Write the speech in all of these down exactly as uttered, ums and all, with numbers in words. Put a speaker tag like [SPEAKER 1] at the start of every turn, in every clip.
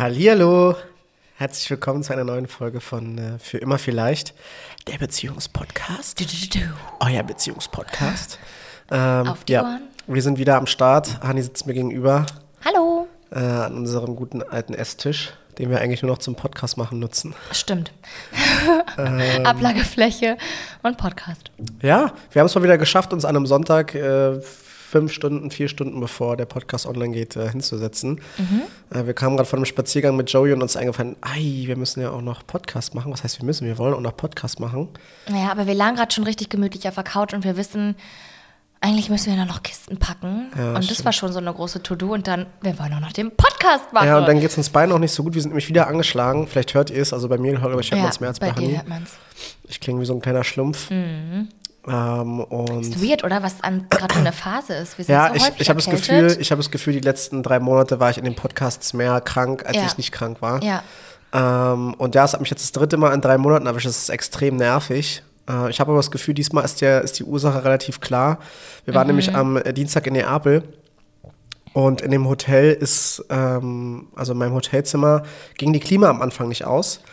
[SPEAKER 1] Hallihallo, herzlich willkommen zu einer neuen Folge von äh, Für immer vielleicht, der Beziehungspodcast.
[SPEAKER 2] Du, du, du.
[SPEAKER 1] Euer Beziehungspodcast. Ähm,
[SPEAKER 2] Auf die
[SPEAKER 1] ja,
[SPEAKER 2] Ohren.
[SPEAKER 1] Wir sind wieder am Start. Hanni sitzt mir gegenüber
[SPEAKER 2] Hallo.
[SPEAKER 1] äh, an unserem guten alten Esstisch, den wir eigentlich nur noch zum Podcast machen nutzen.
[SPEAKER 2] Stimmt.
[SPEAKER 1] Ähm,
[SPEAKER 2] Ablagefläche und Podcast.
[SPEAKER 1] Ja, wir haben es mal wieder geschafft, uns an einem Sonntag äh, fünf Stunden, vier Stunden bevor der Podcast online geht, äh, hinzusetzen.
[SPEAKER 2] Mhm.
[SPEAKER 1] Äh, wir kamen gerade von einem Spaziergang mit Joey und uns eingefallen, ei, wir müssen ja auch noch Podcast machen. Was heißt, wir müssen? Wir wollen auch noch Podcast machen.
[SPEAKER 2] Naja, aber wir lagen gerade schon richtig gemütlich auf der Couch und wir wissen, eigentlich müssen wir noch Kisten packen.
[SPEAKER 1] Ja,
[SPEAKER 2] und das
[SPEAKER 1] stimmt.
[SPEAKER 2] war schon so eine große To-Do und dann, wir wollen auch noch den Podcast machen.
[SPEAKER 1] Ja, und dann geht es uns beiden auch nicht so gut. Wir sind nämlich wieder angeschlagen. Vielleicht hört ihr es. Also bei mir hört
[SPEAKER 2] ja,
[SPEAKER 1] man es mehr als bei,
[SPEAKER 2] bei dir
[SPEAKER 1] Hanni.
[SPEAKER 2] hört man's.
[SPEAKER 1] Ich klinge wie so ein kleiner Schlumpf.
[SPEAKER 2] Mhm.
[SPEAKER 1] Ähm, und
[SPEAKER 2] Ist weird, oder? Was gerade für eine Phase ist. Wir sind
[SPEAKER 1] ja,
[SPEAKER 2] so
[SPEAKER 1] ich,
[SPEAKER 2] häufig
[SPEAKER 1] ich habe das
[SPEAKER 2] erkältet.
[SPEAKER 1] Gefühl, ich habe das Gefühl, die letzten drei Monate war ich in den Podcasts mehr krank, als
[SPEAKER 2] Ja.
[SPEAKER 1] ich nicht krank war.
[SPEAKER 2] Ja.
[SPEAKER 1] Ähm, und ja, es hat mich jetzt das dritte Mal in drei Monaten erwischt. Das ist extrem nervig. Äh, ich habe aber das Gefühl, diesmal ist, der, ist die Ursache relativ klar. Wir waren
[SPEAKER 2] Mhm.
[SPEAKER 1] nämlich am äh, Dienstag in Neapel. Und in dem Hotel ist, ähm, also in meinem Hotelzimmer, ging die Klima am Anfang nicht aus.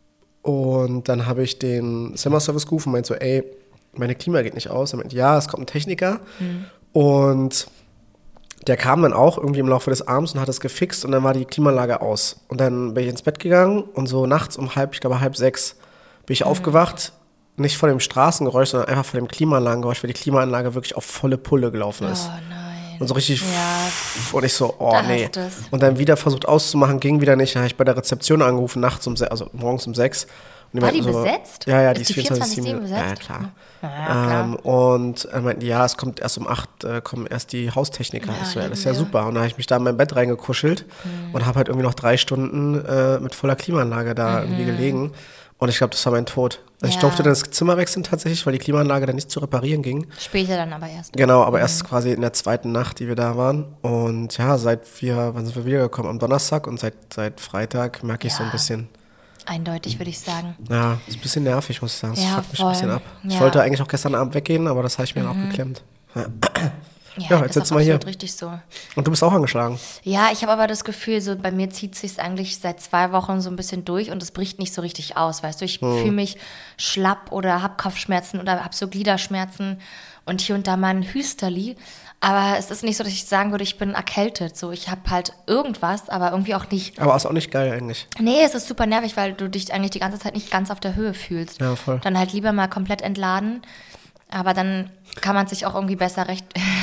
[SPEAKER 1] Und dann habe ich den Zimmerservice gerufen und meinte so, ey, meine Klima geht nicht aus. Er meinte, ja, es kommt ein Techniker.
[SPEAKER 2] Mhm.
[SPEAKER 1] Und der kam dann auch irgendwie im Laufe des Abends und hat das gefixt und dann war die Klimaanlage aus. Und dann bin ich ins Bett gegangen und so nachts um halb, ich glaube halb sechs, bin ich mhm. aufgewacht. Nicht vor dem Straßengeräusch, sondern einfach vor dem Klimaanlagengeräusch, weil die Klimaanlage wirklich auf volle Pulle gelaufen ist.
[SPEAKER 2] Oh nein.
[SPEAKER 1] Und so richtig,
[SPEAKER 2] Ja.
[SPEAKER 1] und ich so, oh
[SPEAKER 2] Da
[SPEAKER 1] nee.
[SPEAKER 2] hast du's.
[SPEAKER 1] Und dann wieder versucht auszumachen, ging wieder nicht. Dann habe ich bei der Rezeption angerufen, nachts um se- also morgens um sechs. Und
[SPEAKER 2] War die
[SPEAKER 1] meinten so,
[SPEAKER 2] besetzt?
[SPEAKER 1] Ja, ja, die
[SPEAKER 2] Ist
[SPEAKER 1] ist
[SPEAKER 2] die
[SPEAKER 1] vierundzwanzig sieben
[SPEAKER 2] vierundzwanzig sieben
[SPEAKER 1] besetzt. Ja, klar.
[SPEAKER 2] Ja, klar.
[SPEAKER 1] Ähm, und er meinten, ja, es kommt erst um acht, äh, kommen erst die Haustechniker.
[SPEAKER 2] Ja,
[SPEAKER 1] ich so, ja, das ist
[SPEAKER 2] lieben
[SPEAKER 1] ja
[SPEAKER 2] wir.
[SPEAKER 1] super. Und dann habe ich mich da in mein Bett reingekuschelt
[SPEAKER 2] Mhm.
[SPEAKER 1] und habe halt irgendwie noch drei Stunden äh, mit voller Klimaanlage da irgendwie gelegen. Und ich glaube, das war mein Tod. Also Ich
[SPEAKER 2] Ja.
[SPEAKER 1] durfte dann das Zimmer wechseln tatsächlich, weil die Klimaanlage dann nicht zu reparieren ging.
[SPEAKER 2] Später dann aber erst.
[SPEAKER 1] Genau, aber erst quasi in der zweiten Nacht, die wir da waren. Und ja, seit wir, wann sind wir wiedergekommen? Am Donnerstag und seit, seit Freitag merke ich so ein
[SPEAKER 2] Ja.
[SPEAKER 1] bisschen,
[SPEAKER 2] Eindeutig, würde ich sagen.
[SPEAKER 1] ja, ist ein bisschen nervig, muss ich sagen. Das
[SPEAKER 2] Ja,
[SPEAKER 1] fuckt mich
[SPEAKER 2] voll.
[SPEAKER 1] ein bisschen ab. Ich
[SPEAKER 2] Ja.
[SPEAKER 1] wollte eigentlich auch gestern Abend weggehen, aber das habe ich mir dann auch geklemmt. Ja.
[SPEAKER 2] Ja,
[SPEAKER 1] Ja, jetzt
[SPEAKER 2] ist
[SPEAKER 1] sitzen
[SPEAKER 2] auch
[SPEAKER 1] wir hier.
[SPEAKER 2] absolut richtig so.
[SPEAKER 1] Und du bist auch angeschlagen.
[SPEAKER 2] Ja, ich habe aber das Gefühl, so bei mir zieht sich eigentlich seit zwei Wochen so ein bisschen durch und es bricht nicht so richtig aus, weißt du? Ich
[SPEAKER 1] Hm.
[SPEAKER 2] fühle mich schlapp oder habe Kopfschmerzen oder habe so Gliederschmerzen und hier und da mal ein Hüsterli. Aber es ist nicht so, dass ich sagen würde, ich bin erkältet. So, ich habe halt irgendwas, aber irgendwie auch nicht.
[SPEAKER 1] Aber ist auch nicht geil eigentlich.
[SPEAKER 2] Nee, es ist super nervig, weil du dich eigentlich die ganze Zeit nicht ganz auf der Höhe fühlst.
[SPEAKER 1] Ja, voll.
[SPEAKER 2] Dann halt lieber mal komplett entladen. Aber dann kann man sich auch irgendwie besser recht.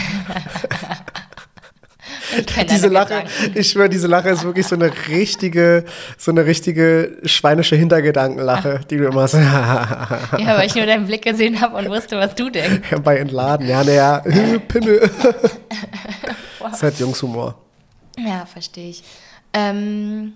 [SPEAKER 2] Ich kenn
[SPEAKER 1] Diese
[SPEAKER 2] deine
[SPEAKER 1] Lache,
[SPEAKER 2] Gedanken.
[SPEAKER 1] ich schwöre, diese Lache ist wirklich so eine richtige, so eine richtige schweinische Hintergedankenlache, die du immer so
[SPEAKER 2] Ja, weil ich nur deinen Blick gesehen habe und wusste, was du denkst.
[SPEAKER 1] bei Entladen. Ja, naja, Pimmel. Das ist halt Jungshumor.
[SPEAKER 2] Ja, verstehe ich. Ähm,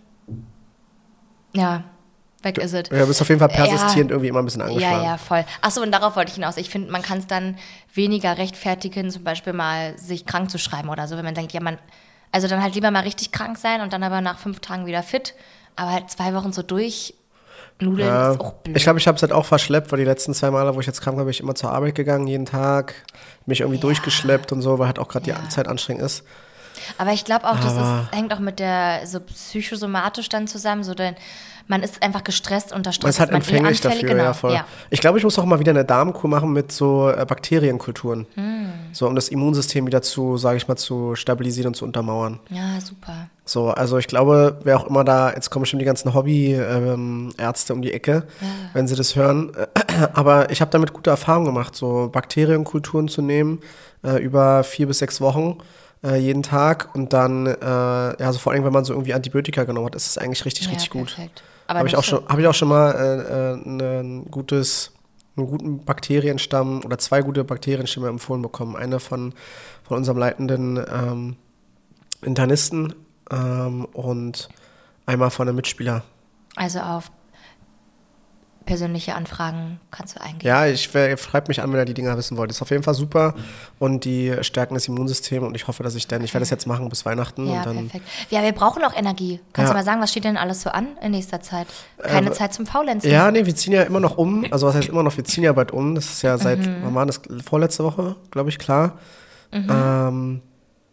[SPEAKER 2] ja, weg ist es.
[SPEAKER 1] Ja, du bist auf jeden Fall persistierend
[SPEAKER 2] Ja.
[SPEAKER 1] irgendwie immer ein bisschen angeschlagen.
[SPEAKER 2] Ja, ja, voll. Achso, und darauf wollte ich hinaus. Ich finde, man kann es dann weniger rechtfertigen, zum Beispiel mal sich krank zu schreiben oder so, wenn man denkt, ja, man, also dann halt lieber mal richtig krank sein und dann aber nach fünf Tagen wieder fit, aber halt zwei Wochen so durchnudeln
[SPEAKER 1] Ja.
[SPEAKER 2] ist auch blöd.
[SPEAKER 1] Ich glaube, ich habe es halt auch verschleppt, weil die letzten zwei Male, wo ich jetzt krank war, bin ich immer zur Arbeit gegangen, jeden Tag, mich irgendwie
[SPEAKER 2] Ja.
[SPEAKER 1] durchgeschleppt und so, weil halt auch gerade
[SPEAKER 2] Ja.
[SPEAKER 1] die Zeit anstrengend ist.
[SPEAKER 2] Aber ich glaube auch, das
[SPEAKER 1] Aber-
[SPEAKER 2] ist, hängt auch mit der so psychosomatisch dann zusammen, so denn man ist einfach gestresst unter
[SPEAKER 1] Man
[SPEAKER 2] Stress.
[SPEAKER 1] ist halt
[SPEAKER 2] man eh
[SPEAKER 1] empfänglich
[SPEAKER 2] anfällig,
[SPEAKER 1] dafür,
[SPEAKER 2] genau.
[SPEAKER 1] ja voll.
[SPEAKER 2] Ja.
[SPEAKER 1] Ich glaube, ich muss auch mal wieder eine Darmkur machen mit so äh, Bakterienkulturen.
[SPEAKER 2] Hm.
[SPEAKER 1] So, um das Immunsystem wieder zu, sage ich mal, zu stabilisieren und zu untermauern.
[SPEAKER 2] Ja, super.
[SPEAKER 1] So, also ich glaube, wer auch immer da, jetzt kommen schon die ganzen Hobby-Ärzte um die Ecke,
[SPEAKER 2] Ja.
[SPEAKER 1] wenn sie das hören. Aber ich habe damit gute Erfahrungen gemacht, so Bakterienkulturen zu nehmen, äh, über vier bis sechs Wochen, äh, jeden Tag. Und dann, äh, ja, also vor allem, wenn man so irgendwie Antibiotika genommen hat, ist es eigentlich richtig,
[SPEAKER 2] Ja,
[SPEAKER 1] richtig gut.
[SPEAKER 2] perfekt. Aber
[SPEAKER 1] Habe ich,
[SPEAKER 2] nur
[SPEAKER 1] auch
[SPEAKER 2] für-
[SPEAKER 1] schon- hab ich auch schon mal äh, äh, ein gutes, einen guten Bakterienstamm oder zwei gute Bakterienstämme empfohlen bekommen. Eine von, von unserem leitenden ähm, Internisten ähm, und einmal von einem Mitspieler.
[SPEAKER 2] Also auf persönliche Anfragen kannst du eingehen.
[SPEAKER 1] Ja, ich schreibe mich an, wenn ihr die Dinger wissen wollt. Ist auf jeden Fall super und die stärken das Immunsystem und ich hoffe, dass ich dann, ich werde das jetzt machen bis Weihnachten.
[SPEAKER 2] Ja,
[SPEAKER 1] und dann,
[SPEAKER 2] perfekt. Ja, wir brauchen auch Energie. Kannst
[SPEAKER 1] Ja.
[SPEAKER 2] du mal sagen, was steht denn alles so an in nächster Zeit? Keine
[SPEAKER 1] Ähm,
[SPEAKER 2] Zeit zum Faulenzen.
[SPEAKER 1] Ja, nee, wir ziehen ja immer noch um. Also was heißt immer noch, wir ziehen ja bald um. Das ist ja seit,
[SPEAKER 2] Mhm.
[SPEAKER 1] wann war das? Vorletzte Woche, glaube ich, klar.
[SPEAKER 2] Mhm.
[SPEAKER 1] Ähm,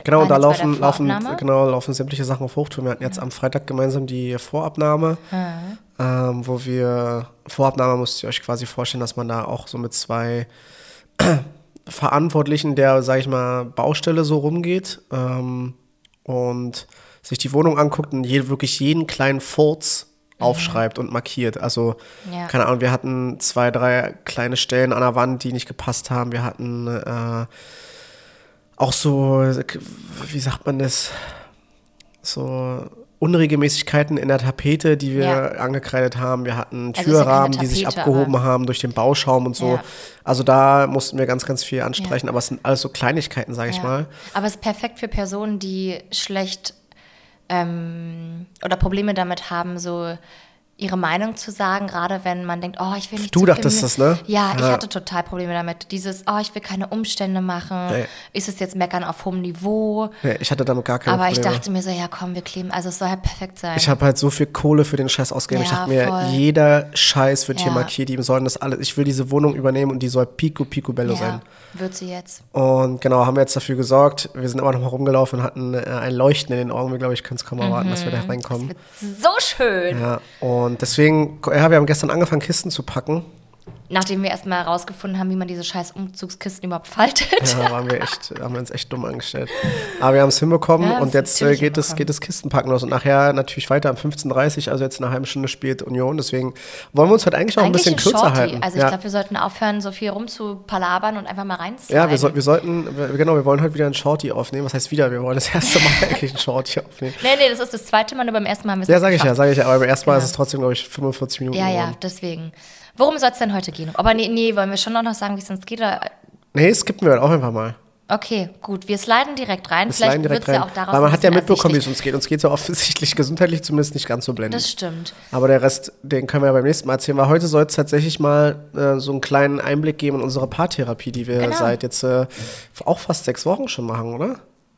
[SPEAKER 1] Genau,
[SPEAKER 2] Waren
[SPEAKER 1] da
[SPEAKER 2] jetzt bei
[SPEAKER 1] laufen,
[SPEAKER 2] der
[SPEAKER 1] laufen,
[SPEAKER 2] Vorabnahme?
[SPEAKER 1] genau, laufen sämtliche Sachen auf Hochtouren. Wir hatten jetzt am Freitag gemeinsam die Vorabnahme, ähm, wo wir, Vorabnahme musst ihr euch quasi vorstellen, dass man da auch so mit zwei Verantwortlichen der, sag ich mal, Baustelle so rumgeht ähm, und sich die Wohnung anguckt und je, wirklich jeden kleinen Furz aufschreibt und markiert. Also,
[SPEAKER 2] Ja.
[SPEAKER 1] keine Ahnung, wir hatten zwei, drei kleine Stellen an der Wand, die nicht gepasst haben. Wir hatten äh, auch so, wie sagt man das, so Unregelmäßigkeiten in der Tapete, die wir
[SPEAKER 2] Ja.
[SPEAKER 1] angekreidet haben. Wir hatten
[SPEAKER 2] Also ist ja keine
[SPEAKER 1] Türrahmen, die sich
[SPEAKER 2] Tapete,
[SPEAKER 1] abgehoben
[SPEAKER 2] aber-
[SPEAKER 1] haben durch den Bauschaum und so.
[SPEAKER 2] Ja.
[SPEAKER 1] Also da mussten wir ganz, ganz viel anstreichen. Aber es sind alles so Kleinigkeiten, sage ich
[SPEAKER 2] Ja.
[SPEAKER 1] mal.
[SPEAKER 2] Aber es ist perfekt für Personen, die schlecht ähm, oder Probleme damit haben, so ihre Meinung zu sagen, gerade wenn man denkt, oh, ich will nicht
[SPEAKER 1] Du
[SPEAKER 2] zu viel
[SPEAKER 1] dachtest
[SPEAKER 2] Mühe-
[SPEAKER 1] das, ne?
[SPEAKER 2] Ja, ich
[SPEAKER 1] Ja.
[SPEAKER 2] hatte total Probleme damit. Dieses, oh, ich will keine Umstände machen.
[SPEAKER 1] Nee.
[SPEAKER 2] Ist es jetzt Meckern auf hohem Niveau?
[SPEAKER 1] Nee, ich hatte damit gar keine
[SPEAKER 2] Aber
[SPEAKER 1] Probleme.
[SPEAKER 2] ich dachte mir so, ja komm, wir kleben, also es soll halt perfekt sein.
[SPEAKER 1] Ich habe halt so viel Kohle für den Scheiß ausgegeben. ich
[SPEAKER 2] Ja,
[SPEAKER 1] dachte mir,
[SPEAKER 2] voll.
[SPEAKER 1] jeder Scheiß wird hier
[SPEAKER 2] Ja.
[SPEAKER 1] markiert. Die sollen das alles. Ich will diese Wohnung übernehmen und die soll pico, pico bello sein.
[SPEAKER 2] ja, wird sie jetzt.
[SPEAKER 1] Und genau, haben wir jetzt dafür gesorgt. Wir sind aber noch mal rumgelaufen und hatten äh, ein Leuchten in den Augen. Wir, glaube ich, können es kaum erwarten, dass wir da reinkommen.
[SPEAKER 2] Wird so schön.
[SPEAKER 1] Ja, und deswegen, ja, wir haben gestern angefangen, Kisten zu packen.
[SPEAKER 2] Nachdem wir erstmal herausgefunden haben, wie man diese scheiß Umzugskisten überhaupt faltet.
[SPEAKER 1] Ja, waren wir echt, haben wir uns echt dumm angestellt. Aber wir haben es hinbekommen
[SPEAKER 2] Ja, wir
[SPEAKER 1] und
[SPEAKER 2] haben's
[SPEAKER 1] jetzt äh,
[SPEAKER 2] natürlich
[SPEAKER 1] geht, es,
[SPEAKER 2] hinbekommen.
[SPEAKER 1] geht das Kistenpacken los. Und nachher natürlich weiter um fünfzehn Uhr dreißig, also jetzt in einer halben Stunde spielt Union. Deswegen wollen wir uns heute eigentlich auch
[SPEAKER 2] Eigentlich
[SPEAKER 1] ein bisschen kürzer
[SPEAKER 2] Shorty.
[SPEAKER 1] halten.
[SPEAKER 2] Also ich
[SPEAKER 1] ja.
[SPEAKER 2] glaube, wir sollten aufhören, so viel rumzupalabern und einfach mal reinsliden.
[SPEAKER 1] Ja, wir, soll, wir sollten, wir, genau, wir wollen heute wieder ein Shorty aufnehmen. Was heißt wieder? Wir wollen das erste Mal eigentlich ein Shorty aufnehmen.
[SPEAKER 2] Nee, nee, das ist das zweite Mal, nur beim ersten Mal haben wir es
[SPEAKER 1] Ja,
[SPEAKER 2] nicht
[SPEAKER 1] sage ich ja,
[SPEAKER 2] geschafft.
[SPEAKER 1] sage ich ja. Aber beim ersten Mal
[SPEAKER 2] Genau.
[SPEAKER 1] ist es trotzdem, glaube ich, fünfundvierzig Minuten
[SPEAKER 2] Ja, ja,
[SPEAKER 1] geworden.
[SPEAKER 2] deswegen. Worum soll es denn heute gehen? Aber nee, nee, wollen wir schon noch sagen, wie es uns geht? Oder?
[SPEAKER 1] Nee, skippen wir halt auch einfach mal.
[SPEAKER 2] Okay, gut. Wir sliden direkt rein.
[SPEAKER 1] Wir
[SPEAKER 2] Vielleicht
[SPEAKER 1] sliden direkt
[SPEAKER 2] wird es ja
[SPEAKER 1] rein.
[SPEAKER 2] auch daraus
[SPEAKER 1] Weil man
[SPEAKER 2] ein
[SPEAKER 1] hat ja
[SPEAKER 2] bisschen
[SPEAKER 1] mitbekommen, wie es
[SPEAKER 2] ersichtlich.
[SPEAKER 1] uns geht. Uns geht so offensichtlich gesundheitlich zumindest nicht ganz so blendend.
[SPEAKER 2] Das stimmt.
[SPEAKER 1] Aber der Rest, den können wir ja beim nächsten Mal erzählen. Weil heute soll es tatsächlich mal äh, so einen kleinen Einblick geben in unsere Paartherapie, die wir
[SPEAKER 2] Genau.
[SPEAKER 1] seit jetzt äh, auch fast sechs Wochen schon machen, oder?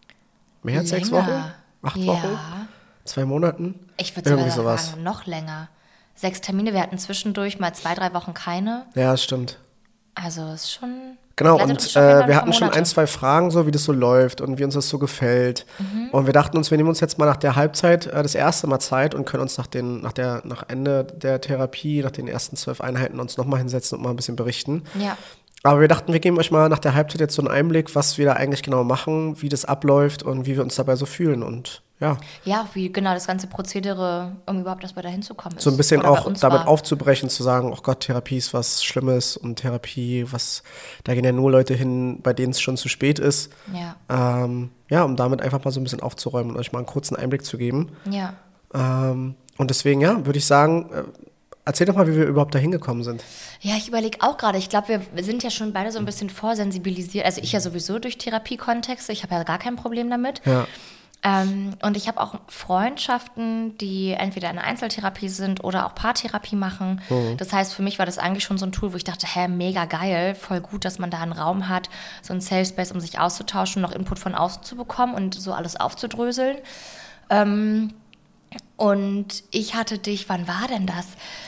[SPEAKER 1] Mehr als sechs
[SPEAKER 2] Länger.
[SPEAKER 1] Wochen? Acht
[SPEAKER 2] Ja.
[SPEAKER 1] Wochen? Zwei Monaten?
[SPEAKER 2] Ich würde sogar
[SPEAKER 1] Irgendwie sowas.
[SPEAKER 2] sagen, noch länger. Sechs Termine, wir hatten zwischendurch mal zwei, drei Wochen keine.
[SPEAKER 1] Ja, das stimmt.
[SPEAKER 2] Also ist schon.
[SPEAKER 1] Genau,
[SPEAKER 2] begleitet
[SPEAKER 1] und
[SPEAKER 2] uns schon auf jeden
[SPEAKER 1] äh,
[SPEAKER 2] Fall
[SPEAKER 1] wir
[SPEAKER 2] ein
[SPEAKER 1] hatten
[SPEAKER 2] paar
[SPEAKER 1] schon
[SPEAKER 2] Monate.
[SPEAKER 1] ein, zwei Fragen, so wie das so läuft und wie uns das so gefällt.
[SPEAKER 2] Mhm.
[SPEAKER 1] Und wir dachten uns, wir nehmen uns jetzt mal nach der Halbzeit äh, das erste Mal Zeit und können uns nach, den, nach, der, nach Ende der Therapie, nach den ersten zwölf Einheiten uns nochmal hinsetzen und mal ein bisschen berichten.
[SPEAKER 2] Ja.
[SPEAKER 1] Aber wir dachten, wir geben euch mal nach der Halbzeit jetzt so einen Einblick, was wir da eigentlich genau machen, wie das abläuft und wie wir uns dabei so fühlen. Und ja,
[SPEAKER 2] Ja, wie genau das ganze Prozedere, um überhaupt erstmal dahin zu kommen.
[SPEAKER 1] so ein
[SPEAKER 2] ist.
[SPEAKER 1] bisschen
[SPEAKER 2] Oder bei
[SPEAKER 1] auch
[SPEAKER 2] uns
[SPEAKER 1] damit
[SPEAKER 2] war.
[SPEAKER 1] aufzubrechen, zu sagen, oh Gott, Therapie ist was Schlimmes und Therapie, was, da gehen ja nur Leute hin, bei denen es schon zu spät ist.
[SPEAKER 2] Ja.
[SPEAKER 1] Ähm, ja, um damit einfach mal so ein bisschen aufzuräumen und euch mal einen kurzen Einblick zu geben.
[SPEAKER 2] Ja.
[SPEAKER 1] Ähm, und deswegen, ja, würde ich sagen, äh, erzähl doch mal, wie wir überhaupt da hingekommen sind.
[SPEAKER 2] Ja, ich überlege auch gerade. Ich glaube, wir sind ja schon beide so ein bisschen vorsensibilisiert. Also ich ja sowieso durch Therapiekontexte. Ich habe ja gar kein Problem damit.
[SPEAKER 1] Ja.
[SPEAKER 2] Ähm, und ich habe auch Freundschaften, die entweder in Einzeltherapie sind oder auch Paartherapie machen.
[SPEAKER 1] Mhm.
[SPEAKER 2] Das heißt, für mich war das eigentlich schon so ein Tool, wo ich dachte, hä, mega geil, voll gut, dass man da einen Raum hat, so einen Safe Space, um sich auszutauschen, noch Input von außen zu bekommen und so alles aufzudröseln. Ähm, und ich hatte dich, wann war denn das?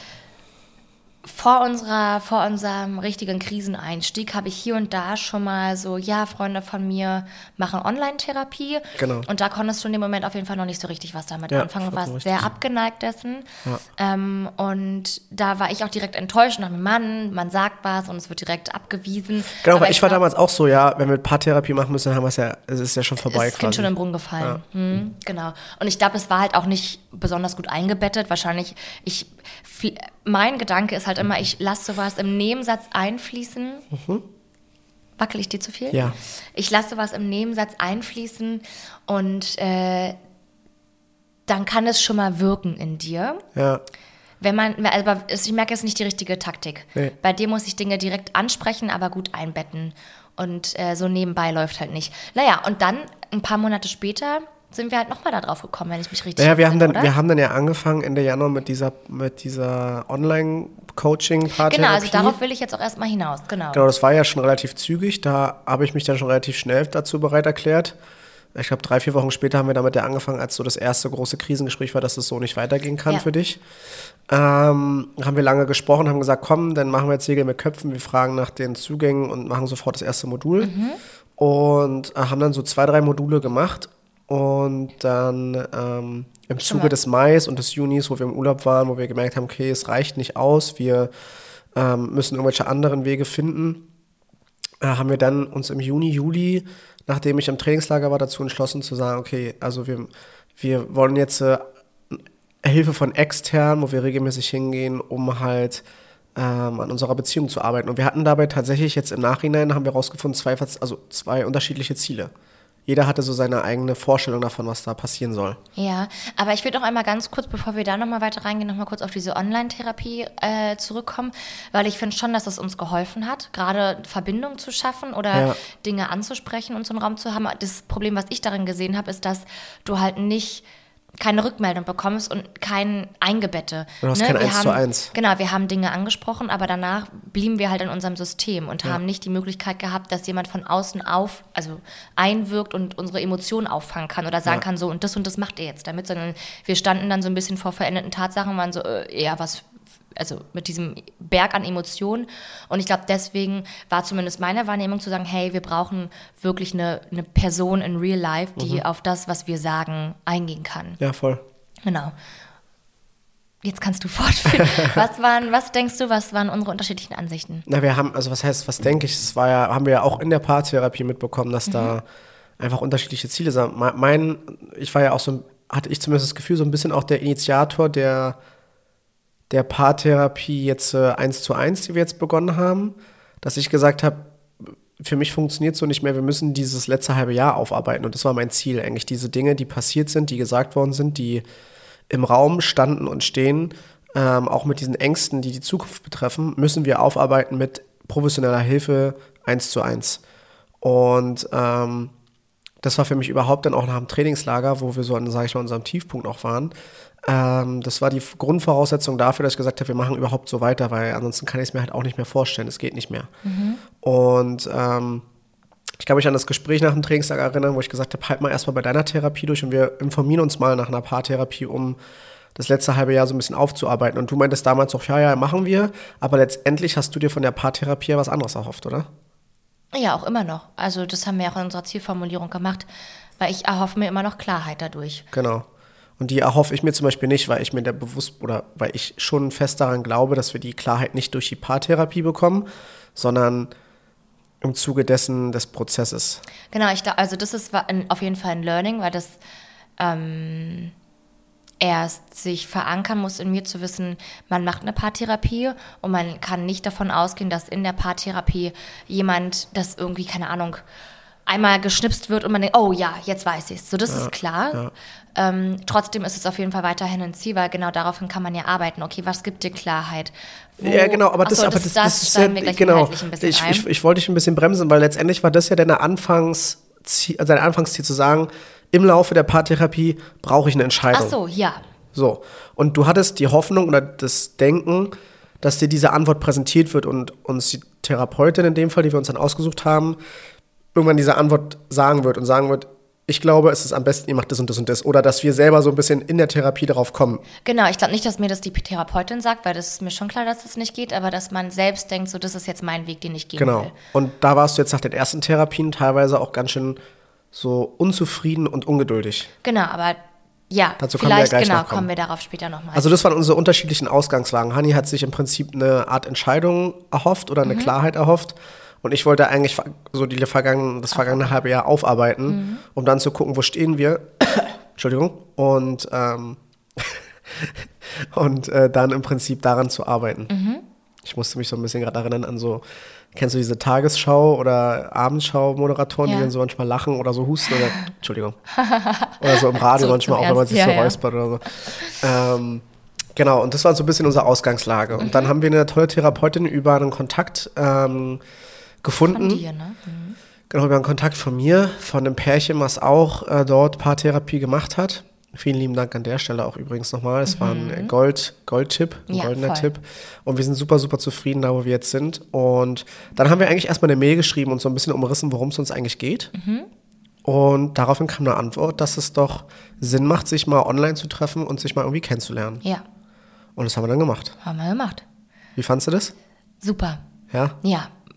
[SPEAKER 2] Vor unserer, vor unserem richtigen Kriseneinstieg habe ich hier und da schon mal so, ja, Freunde von mir machen Online-Therapie.
[SPEAKER 1] Genau.
[SPEAKER 2] Und da konntest du in dem Moment auf jeden Fall noch nicht so richtig was damit
[SPEAKER 1] Ja,
[SPEAKER 2] anfangen. Du
[SPEAKER 1] vollkommen
[SPEAKER 2] warst
[SPEAKER 1] richtig.
[SPEAKER 2] sehr abgeneigt dessen.
[SPEAKER 1] Ja.
[SPEAKER 2] Ähm, und da war ich auch direkt enttäuscht nach dem Mann, man sagt was und es wird direkt abgewiesen.
[SPEAKER 1] Genau,
[SPEAKER 2] Aber
[SPEAKER 1] weil ich war
[SPEAKER 2] glaub,
[SPEAKER 1] damals auch so, ja, wenn wir Paartherapie machen müssen, dann haben wir es ja, es ist ja schon vorbei
[SPEAKER 2] ist das Kind
[SPEAKER 1] quasi.
[SPEAKER 2] schon im Brunnen gefallen. Hm, genau. Und ich glaube, es war halt auch nicht besonders gut eingebettet. Wahrscheinlich, ich, viel, mein Gedanke ist halt immer, ich lasse sowas im Nebensatz einfließen. Wackel ich dir zu viel?
[SPEAKER 1] Ja.
[SPEAKER 2] Ich lasse sowas im Nebensatz einfließen und äh, dann kann es schon mal wirken in dir.
[SPEAKER 1] Ja,
[SPEAKER 2] Wenn man, also ich merke, es ist nicht die richtige Taktik.
[SPEAKER 1] Nee.
[SPEAKER 2] Bei dir muss ich Dinge direkt ansprechen, aber gut einbetten. Und äh, so nebenbei läuft halt nicht. Naja, und dann, ein paar Monate später, sind wir halt nochmal da drauf gekommen, wenn ich mich richtig
[SPEAKER 1] naja, wir haben,
[SPEAKER 2] entsinne,
[SPEAKER 1] dann,
[SPEAKER 2] oder?
[SPEAKER 1] wir haben dann ja angefangen Ende Januar mit dieser, mit dieser Online-Coaching-Paartherapie.
[SPEAKER 2] Genau, also darauf will ich jetzt auch erstmal hinaus, genau.
[SPEAKER 1] Genau, das war ja schon relativ zügig. Da habe ich mich dann schon relativ schnell dazu bereit erklärt. Ich glaube, drei, vier Wochen später haben wir damit ja angefangen, als so das erste große Krisengespräch war, dass es so nicht weitergehen kann
[SPEAKER 2] Ja.
[SPEAKER 1] für dich. Ähm, haben wir lange gesprochen, haben gesagt, komm, dann machen wir jetzt Segel mit Köpfen, wir fragen nach den Zugängen und machen sofort das erste Modul. und äh, haben dann so zwei, drei Module gemacht und dann ähm, im Zuge des Mais und des Junis, wo wir im Urlaub waren, wo wir gemerkt haben, okay, es reicht nicht aus, wir ähm, müssen irgendwelche anderen Wege finden, äh, haben wir dann uns im Juni, Juli, nachdem ich im Trainingslager war, dazu entschlossen zu sagen, okay, also wir, wir wollen jetzt äh, Hilfe von extern, wo wir regelmäßig hingehen, um halt ähm, an unserer Beziehung zu arbeiten. Und wir hatten dabei tatsächlich jetzt im Nachhinein, haben wir rausgefunden, zwei, also zwei unterschiedliche Ziele. Jeder hatte so seine eigene Vorstellung davon, was da passieren soll.
[SPEAKER 2] Ja, aber ich würde noch einmal ganz kurz, bevor wir da nochmal weiter reingehen, nochmal kurz auf diese Online-Therapie äh, zurückkommen, weil ich finde schon, dass es uns geholfen hat, gerade Verbindung zu schaffen oder ja. Dinge anzusprechen und so einen Raum zu haben. Das Problem, was ich darin gesehen habe, ist, dass du halt nicht keine Rückmeldung bekommst und kein Eingebette.
[SPEAKER 1] Du hast
[SPEAKER 2] ne?
[SPEAKER 1] kein
[SPEAKER 2] wir
[SPEAKER 1] eins
[SPEAKER 2] haben,
[SPEAKER 1] zu eins.
[SPEAKER 2] Genau, wir haben Dinge angesprochen, aber danach blieben wir halt in unserem System und ja. haben nicht die Möglichkeit gehabt, dass jemand von außen auf, also einwirkt und unsere Emotionen auffangen kann oder sagen ja. kann, so und das und das macht ihr jetzt damit, sondern wir standen dann so ein bisschen vor veränderten Tatsachen und waren so, äh, ja, was, also mit diesem Berg an Emotionen. Und ich glaube, deswegen war zumindest meine Wahrnehmung zu sagen, hey, wir brauchen wirklich eine, eine Person in real life, die mhm. auf das, was wir sagen, eingehen kann.
[SPEAKER 1] Ja, voll.
[SPEAKER 2] Genau. Jetzt kannst du fortführen. was waren, was denkst du, was waren unsere unterschiedlichen Ansichten?
[SPEAKER 1] Na, wir haben, also was heißt, was denke ich, es war ja, haben wir ja auch in der Paartherapie mitbekommen, dass mhm. da einfach unterschiedliche Ziele sind. Mein, ich war ja auch so, hatte ich zumindest das Gefühl, so ein bisschen auch der Initiator der der Paartherapie jetzt äh, eins zu eins, die wir jetzt begonnen haben, dass ich gesagt habe, für mich funktioniert so nicht mehr, wir müssen dieses letzte halbe Jahr aufarbeiten und das war mein Ziel, eigentlich diese Dinge, die passiert sind, die gesagt worden sind, die im Raum standen und stehen, ähm, auch mit diesen Ängsten, die die Zukunft betreffen, müssen wir aufarbeiten mit professioneller Hilfe eins zu eins. Und ähm, das war für mich überhaupt dann auch nach dem Trainingslager, wo wir so an, sage ich mal, unserem Tiefpunkt auch waren. Ähm, das war die Grundvoraussetzung dafür, dass ich gesagt habe, wir machen überhaupt so weiter, weil ansonsten kann ich es mir halt auch nicht mehr vorstellen. Es geht nicht mehr. Mhm. Und ähm, ich kann mich an das Gespräch nach dem Trainingslager erinnern, wo ich gesagt habe, halt mal erstmal bei deiner Therapie durch und wir informieren uns mal nach einer Paartherapie, um das letzte halbe Jahr so ein bisschen aufzuarbeiten. Und du meintest damals auch, ja, ja, machen wir, aber letztendlich hast du dir von der Paartherapie ja was anderes erhofft, oder?
[SPEAKER 2] Ja, auch immer noch. Also das haben wir auch in unserer Zielformulierung gemacht, weil ich erhoffe mir immer noch Klarheit dadurch.
[SPEAKER 1] Genau. Und die erhoffe ich mir zum Beispiel nicht, weil ich mir da bewusst oder weil ich schon fest daran glaube, dass wir die Klarheit nicht durch die Paartherapie bekommen, sondern im Zuge dessen des Prozesses.
[SPEAKER 2] Genau, ich da, also das ist auf jeden Fall ein Learning, weil das ähm, erst sich verankern muss in mir zu wissen, man macht eine Paartherapie und man kann nicht davon ausgehen, dass in der Paartherapie jemand das irgendwie, keine Ahnung, einmal geschnipst wird und man denkt, oh ja, jetzt weiß ich es. So, das ja, ist klar. Ja. Ähm, trotzdem ist es auf jeden Fall weiterhin ein Ziel, weil genau daraufhin kann man ja arbeiten. Okay, was gibt dir Klarheit? Wo,
[SPEAKER 1] ja, genau, aber das,
[SPEAKER 2] achso,
[SPEAKER 1] aber
[SPEAKER 2] das,
[SPEAKER 1] das,
[SPEAKER 2] das,
[SPEAKER 1] das ist
[SPEAKER 2] ja,
[SPEAKER 1] ja, genau, ein bisschen ich, ich, ich wollte dich ein bisschen bremsen, weil letztendlich war das ja deine Anfangsziel, also dein Anfangsziel zu sagen, im Laufe der Paartherapie brauche ich eine Entscheidung.
[SPEAKER 2] Ach so, ja.
[SPEAKER 1] So, und du hattest die Hoffnung oder das Denken, dass dir diese Antwort präsentiert wird und uns die Therapeutin in dem Fall, die wir uns dann ausgesucht haben, irgendwann diese Antwort sagen wird und sagen wird, ich glaube, es ist am besten, ihr macht das und das und das. Oder dass wir selber so ein bisschen in der Therapie darauf kommen.
[SPEAKER 2] Genau, ich glaube nicht, dass mir das die Therapeutin sagt, weil das ist mir schon klar, dass das nicht geht, aber dass man selbst denkt, so, das ist jetzt mein Weg, den ich gehen
[SPEAKER 1] genau.
[SPEAKER 2] will.
[SPEAKER 1] Genau. Und da warst du jetzt nach den ersten Therapien teilweise auch ganz schön so unzufrieden und ungeduldig.
[SPEAKER 2] Genau, aber ja,
[SPEAKER 1] dazu
[SPEAKER 2] vielleicht
[SPEAKER 1] wir ja
[SPEAKER 2] genau,
[SPEAKER 1] noch kommen.
[SPEAKER 2] kommen wir darauf später nochmal.
[SPEAKER 1] Also das waren unsere unterschiedlichen Ausgangslagen. Hani hat sich im Prinzip eine Art Entscheidung erhofft oder eine mhm. Klarheit erhofft. Und ich wollte eigentlich so die vergangene, das vergangene halbe Jahr aufarbeiten, mhm. um dann zu gucken, wo stehen wir. Entschuldigung. Und, ähm, und äh, dann im Prinzip daran zu arbeiten. Mhm. Ich musste mich so ein bisschen gerade erinnern an so, kennst du diese Tagesschau- oder Abendschau-Moderatoren, ja. die dann so manchmal lachen oder so husten oder, Entschuldigung. Oder so im Radio so, manchmal auch, wenn man sich ja, so ja. räuspert oder so. Ähm, genau, und das war so ein bisschen unsere Ausgangslage. Mhm. Und dann haben wir eine tolle Therapeutin über einen Kontakt ähm, gefunden.
[SPEAKER 2] Von dir, ne? Mhm.
[SPEAKER 1] Genau, über einen Kontakt von mir, von einem Pärchen, was auch äh, dort Paartherapie gemacht hat. Vielen lieben Dank an der Stelle auch übrigens nochmal. Es mhm. war ein Gold, Gold-Tipp, ein
[SPEAKER 2] ja,
[SPEAKER 1] goldener
[SPEAKER 2] voll.
[SPEAKER 1] Tipp. Und wir sind super, super zufrieden da, wo wir jetzt sind. Und dann haben wir eigentlich erstmal eine Mail geschrieben und so ein bisschen umrissen, worum es uns eigentlich geht. Mhm. Und daraufhin kam eine Antwort, dass es doch Sinn macht, sich mal online zu treffen und sich mal irgendwie kennenzulernen.
[SPEAKER 2] Ja.
[SPEAKER 1] Und das haben wir dann gemacht.
[SPEAKER 2] Haben wir gemacht.
[SPEAKER 1] Wie fandst du das?
[SPEAKER 2] Super.
[SPEAKER 1] Ja?
[SPEAKER 2] Ja.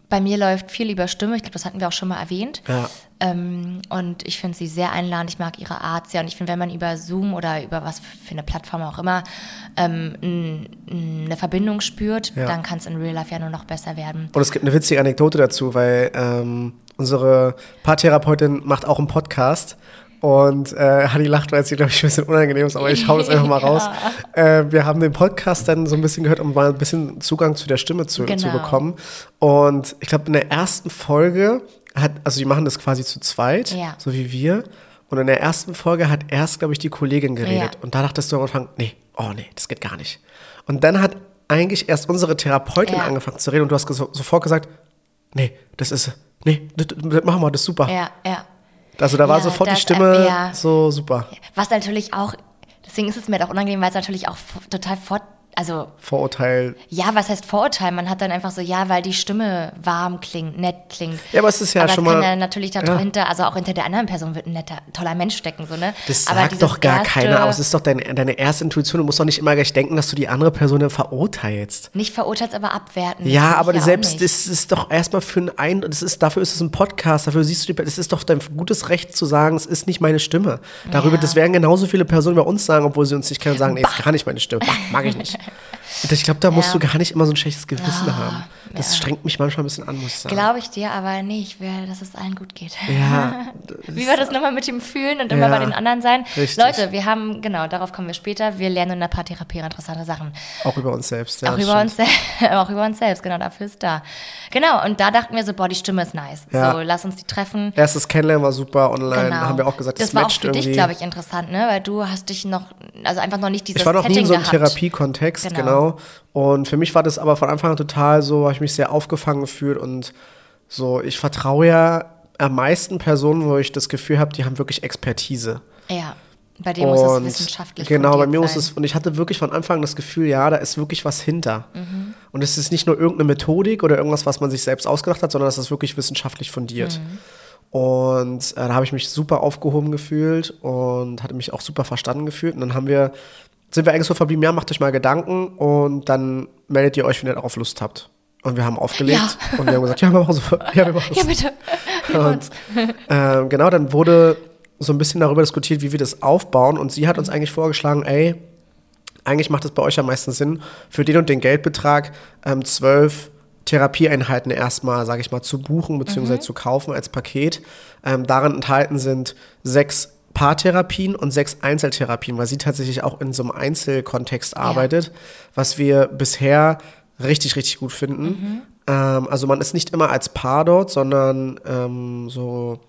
[SPEAKER 2] Bei mir läuft viel über Stimme. Ich glaube, das hatten wir auch schon mal erwähnt.
[SPEAKER 1] Ja.
[SPEAKER 2] Ähm, und ich finde sie sehr einladend. Ich mag ihre Art sehr. Und ich finde, wenn man über Zoom oder über was für eine Plattform auch immer ähm, n, n, eine Verbindung spürt,
[SPEAKER 1] Ja.
[SPEAKER 2] dann kann es in Real Life ja nur noch besser werden.
[SPEAKER 1] Und es gibt eine witzige Anekdote dazu, weil ähm, unsere Paartherapeutin macht auch einen Podcast. Und äh, Hanni lacht, weil es ihr, glaube ich, ein bisschen unangenehm ist, aber ich hau das einfach mal raus. Ja. Äh, wir haben den Podcast dann so ein bisschen gehört, um mal ein bisschen Zugang zu der Stimme zu,
[SPEAKER 2] Genau.
[SPEAKER 1] zu bekommen. Und ich glaube, in der ersten Folge hat, also die machen das quasi zu zweit,
[SPEAKER 2] Ja.
[SPEAKER 1] so wie wir. Und in der ersten Folge hat erst, glaube ich, die Kollegin geredet.
[SPEAKER 2] Ja.
[SPEAKER 1] Und da dachtest du am Anfang, nee, oh nee, das geht gar nicht. Und dann hat eigentlich erst unsere Therapeutin
[SPEAKER 2] Ja.
[SPEAKER 1] angefangen zu reden und du hast ges- sofort gesagt, nee, das ist, nee, das, das machen wir, das ist super.
[SPEAKER 2] Ja, ja.
[SPEAKER 1] Also da war
[SPEAKER 2] Ja,
[SPEAKER 1] sofort die
[SPEAKER 2] das,
[SPEAKER 1] Stimme
[SPEAKER 2] äh, ja.
[SPEAKER 1] so super.
[SPEAKER 2] Was natürlich auch, deswegen ist es mir auch unangenehm, weil es natürlich auch f- total fort, also
[SPEAKER 1] Vorurteil.
[SPEAKER 2] ja, was heißt Vorurteil? Man hat dann einfach so, ja, weil die Stimme warm klingt, nett klingt.
[SPEAKER 1] Ja, aber es ist ja
[SPEAKER 2] aber
[SPEAKER 1] schon
[SPEAKER 2] es kann
[SPEAKER 1] mal-
[SPEAKER 2] ja natürlich
[SPEAKER 1] ja.
[SPEAKER 2] dahinter, also auch hinter der anderen Person wird ein netter, toller Mensch stecken, so, ne?
[SPEAKER 1] Das
[SPEAKER 2] aber
[SPEAKER 1] sagt
[SPEAKER 2] dieses
[SPEAKER 1] doch gar
[SPEAKER 2] erste,
[SPEAKER 1] keiner, aber es ist doch deine, deine erste Intuition. Du musst doch nicht immer gleich denken, dass du die andere Person dann verurteilst.
[SPEAKER 2] Nicht verurteilt, aber abwerten. Das
[SPEAKER 1] Ja,
[SPEAKER 2] will ich
[SPEAKER 1] aber
[SPEAKER 2] ja auch
[SPEAKER 1] selbst
[SPEAKER 2] nicht.
[SPEAKER 1] das ist doch erstmal für ein, ein das ist, dafür ist es ein Podcast, dafür siehst du die, das ist doch dein gutes Recht zu sagen, es ist nicht meine Stimme. Darüber,
[SPEAKER 2] Ja.
[SPEAKER 1] das werden genauso viele Personen bei uns sagen, obwohl sie uns nicht kennen und sagen, nee, ist gar nicht meine Stimme, bah, mag ich nicht. Und ich glaube, da musst
[SPEAKER 2] Ja.
[SPEAKER 1] du gar nicht immer so ein schlechtes Gewissen
[SPEAKER 2] Ja,
[SPEAKER 1] haben. Das
[SPEAKER 2] ja.
[SPEAKER 1] strengt mich manchmal ein bisschen an, muss ich sagen.
[SPEAKER 2] Glaube ich dir, aber nee, ich will, dass es allen gut geht.
[SPEAKER 1] Ja.
[SPEAKER 2] Wie war das nochmal mit dem Fühlen und immer
[SPEAKER 1] Ja,
[SPEAKER 2] bei den anderen sein?
[SPEAKER 1] richtig.
[SPEAKER 2] Leute, wir haben, genau, darauf kommen wir später, wir lernen in der Paartherapie interessante Sachen.
[SPEAKER 1] Auch über uns selbst. Ja,
[SPEAKER 2] auch,
[SPEAKER 1] das
[SPEAKER 2] über
[SPEAKER 1] stimmt.
[SPEAKER 2] uns, se- auch über uns selbst, genau, dafür ist da. Genau, und da dachten wir so, boah, die Stimme ist nice.
[SPEAKER 1] Ja.
[SPEAKER 2] So, lass uns die treffen.
[SPEAKER 1] Erstes Kennenlernen war super, online
[SPEAKER 2] Genau.
[SPEAKER 1] haben wir auch gesagt, das,
[SPEAKER 2] das war auch
[SPEAKER 1] matcht
[SPEAKER 2] für dich,
[SPEAKER 1] irgendwie.
[SPEAKER 2] glaube ich, interessant, ne? Weil du hast dich noch, also einfach noch nicht dieses
[SPEAKER 1] Ich war noch nie
[SPEAKER 2] Setting
[SPEAKER 1] in so einem
[SPEAKER 2] gehabt.
[SPEAKER 1] Therapiekontext,
[SPEAKER 2] Genau.
[SPEAKER 1] genau. Und für mich war das aber von Anfang an total so, habe ich mich sehr aufgefangen gefühlt und so, ich vertraue ja am meisten Personen, wo ich das Gefühl habe, die haben wirklich Expertise.
[SPEAKER 2] Ja, bei dir muss es
[SPEAKER 1] Und
[SPEAKER 2] wissenschaftlich
[SPEAKER 1] genau, bei
[SPEAKER 2] fundiert
[SPEAKER 1] mir muss
[SPEAKER 2] sein.
[SPEAKER 1] es, und ich hatte wirklich von Anfang an das Gefühl, ja, da ist wirklich was hinter.
[SPEAKER 2] Mhm.
[SPEAKER 1] Und es ist nicht nur irgendeine Methodik oder irgendwas, was man sich selbst ausgedacht hat, sondern es ist wirklich wissenschaftlich fundiert.
[SPEAKER 2] Mhm.
[SPEAKER 1] Und äh, da habe ich mich super aufgehoben gefühlt und hatte mich auch super verstanden gefühlt. Und dann haben wir, sind wir eigentlich so verblieben, ja, macht euch mal Gedanken und dann meldet ihr euch, wenn ihr darauf Lust habt. Und wir haben aufgelegt
[SPEAKER 2] Ja.
[SPEAKER 1] und wir haben gesagt, ja, wir machen so. Ja, wir machen
[SPEAKER 2] Ja,
[SPEAKER 1] so.
[SPEAKER 2] bitte. Wir
[SPEAKER 1] Und,
[SPEAKER 2] uns.
[SPEAKER 1] ähm, genau, dann wurde so ein bisschen darüber diskutiert, wie wir das aufbauen. Und sie hat uns eigentlich vorgeschlagen, ey, eigentlich macht es bei euch am meisten Sinn, für den und den Geldbetrag ähm, zwölf Therapieeinheiten erstmal, sage ich mal, zu buchen bzw.
[SPEAKER 2] Mhm.
[SPEAKER 1] zu kaufen als Paket. Ähm, darin enthalten sind sechs Paartherapien und sechs Einzeltherapien, weil sie tatsächlich auch in so einem Einzelkontext arbeitet, was wir bisher richtig, richtig gut finden.
[SPEAKER 2] Mhm.
[SPEAKER 1] Ähm, also man ist nicht immer als Paar dort, sondern ähm, so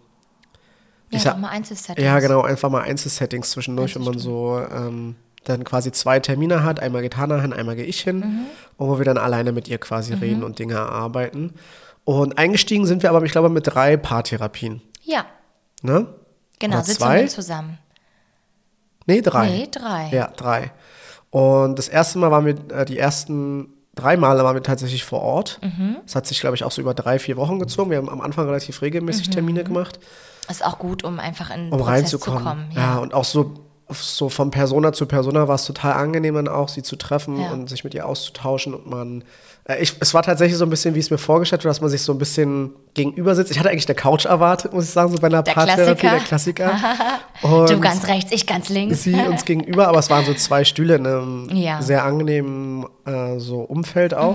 [SPEAKER 2] Ja,
[SPEAKER 1] ich sag-
[SPEAKER 2] auch mal Einzelsettings.
[SPEAKER 1] ja, genau, einfach mal Einzelsettings zwischendurch, wenn man so ähm, dann quasi zwei Termine hat, einmal geht Hannah hin, einmal gehe ich hin,
[SPEAKER 2] Mhm.
[SPEAKER 1] und wo wir dann alleine mit ihr quasi reden und Dinge erarbeiten. Und eingestiegen sind wir aber, ich glaube, mit drei Paartherapien.
[SPEAKER 2] Ja,
[SPEAKER 1] Ne?
[SPEAKER 2] genau,
[SPEAKER 1] Oder
[SPEAKER 2] sitzen
[SPEAKER 1] zwei?
[SPEAKER 2] wir zusammen.
[SPEAKER 1] Nee, drei.
[SPEAKER 2] Nee, drei.
[SPEAKER 1] Ja, drei. Und das erste Mal waren wir, äh, die ersten drei Male waren wir tatsächlich vor Ort.
[SPEAKER 2] Mhm.
[SPEAKER 1] Das hat sich, glaube ich, auch so über drei, vier Wochen gezogen. Wir haben am Anfang relativ regelmäßig Termine gemacht,
[SPEAKER 2] Ist auch gut, um einfach in den
[SPEAKER 1] um
[SPEAKER 2] Prozess zu
[SPEAKER 1] reinzukommen.
[SPEAKER 2] kommen.
[SPEAKER 1] Ja. und auch so, so von Persona zu Persona war es total angenehm dann auch, sie zu treffen
[SPEAKER 2] Ja.
[SPEAKER 1] und sich mit ihr auszutauschen. Und man, äh, ich, es war tatsächlich so ein bisschen, wie es mir vorgestellt wurde, dass man sich so ein bisschen gegenüber sitzt. Ich hatte eigentlich eine Couch erwartet, muss ich sagen, so bei einer
[SPEAKER 2] Der
[SPEAKER 1] Paartherapie, der Klassiker. Und
[SPEAKER 2] Du ganz rechts, ich ganz links.
[SPEAKER 1] sie uns gegenüber, aber es waren so zwei Stühle in einem
[SPEAKER 2] Ja.
[SPEAKER 1] sehr angenehmen äh, so Umfeld auch.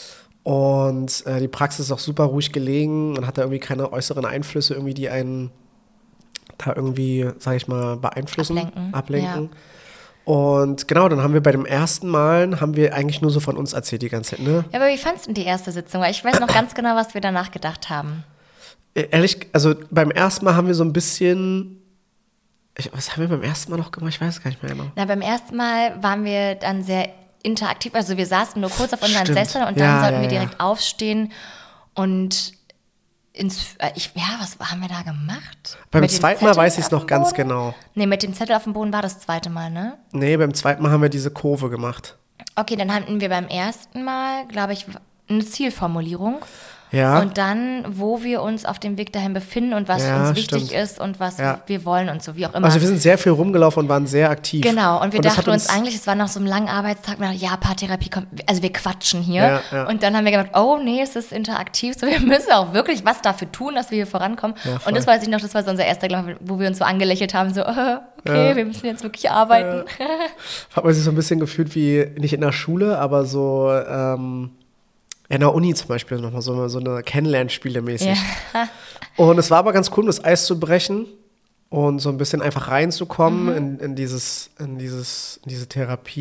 [SPEAKER 1] Und äh, die Praxis ist auch super ruhig gelegen. Man hat da irgendwie keine äußeren Einflüsse, irgendwie, die einen da irgendwie, sag ich mal, beeinflussen,
[SPEAKER 2] Ablenken,
[SPEAKER 1] ablenken. Und genau, dann haben wir bei dem ersten Mal, haben wir eigentlich nur so von uns erzählt die ganze Zeit, ne?
[SPEAKER 2] Ja, aber wie fandst du die erste Sitzung? Weil ich weiß noch ganz genau, was wir danach gedacht haben.
[SPEAKER 1] Äh, Ehrlich, also beim ersten Mal haben wir so ein bisschen, ich, was haben wir beim ersten Mal noch gemacht? Ich weiß es gar nicht mehr genau.
[SPEAKER 2] Na, beim ersten Mal waren wir dann sehr interaktiv. Also wir saßen nur kurz auf unseren
[SPEAKER 1] Stimmt.
[SPEAKER 2] Sesseln und
[SPEAKER 1] Ja,
[SPEAKER 2] dann sollten
[SPEAKER 1] ja,
[SPEAKER 2] wir
[SPEAKER 1] ja.
[SPEAKER 2] direkt aufstehen und ins, äh, ich, ja, was haben wir da gemacht?
[SPEAKER 1] Beim
[SPEAKER 2] Mit dem
[SPEAKER 1] zweiten Mal
[SPEAKER 2] Zettel
[SPEAKER 1] weiß ich es
[SPEAKER 2] auf
[SPEAKER 1] noch
[SPEAKER 2] dem
[SPEAKER 1] ganz
[SPEAKER 2] Boden?
[SPEAKER 1] genau.
[SPEAKER 2] Nee, mit dem Zettel auf dem Boden war das zweite Mal, ne?
[SPEAKER 1] Nee, beim zweiten Mal haben wir diese Kurve gemacht.
[SPEAKER 2] Okay, dann hatten wir beim ersten Mal, glaube ich, eine Zielformulierung.
[SPEAKER 1] Ja.
[SPEAKER 2] Und dann, wo wir uns auf dem Weg dahin befinden und was
[SPEAKER 1] Ja,
[SPEAKER 2] uns wichtig
[SPEAKER 1] stimmt.
[SPEAKER 2] ist und was
[SPEAKER 1] Ja.
[SPEAKER 2] wir wollen und so, wie auch immer.
[SPEAKER 1] Also wir sind sehr viel rumgelaufen und waren sehr aktiv.
[SPEAKER 2] Genau, und wir
[SPEAKER 1] und das hat
[SPEAKER 2] dachten uns eigentlich, es war nach so einem langen Arbeitstag, wir dachten, ja, Paartherapie kommt, also wir quatschen hier.
[SPEAKER 1] Ja, ja.
[SPEAKER 2] Und dann haben wir gedacht, oh nee, es ist interaktiv, so wir müssen auch wirklich was dafür tun, dass wir hier vorankommen.
[SPEAKER 1] Ja, voll.
[SPEAKER 2] Und das weiß ich noch, das war so unser erster, glaube ich, wo wir uns so angelächelt haben, so, äh, okay,
[SPEAKER 1] Ja.
[SPEAKER 2] wir müssen jetzt wirklich arbeiten. Ja,
[SPEAKER 1] Hat man sich so ein bisschen gefühlt wie, nicht in der Schule, aber so ähm, in der Uni zum Beispiel nochmal so, so eine Kennenlernspiele mäßig.
[SPEAKER 2] ja.
[SPEAKER 1] Und es war aber ganz cool, um das Eis zu brechen und so ein bisschen einfach reinzukommen
[SPEAKER 2] Mhm.
[SPEAKER 1] in, in dieses, in dieses, in diese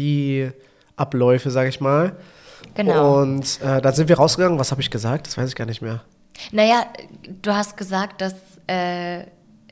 [SPEAKER 1] Therapieabläufe, sag ich mal.
[SPEAKER 2] Genau.
[SPEAKER 1] Und äh, dann sind wir rausgegangen. Was habe ich gesagt? Das weiß ich gar nicht mehr.
[SPEAKER 2] Naja, du hast gesagt, dass äh,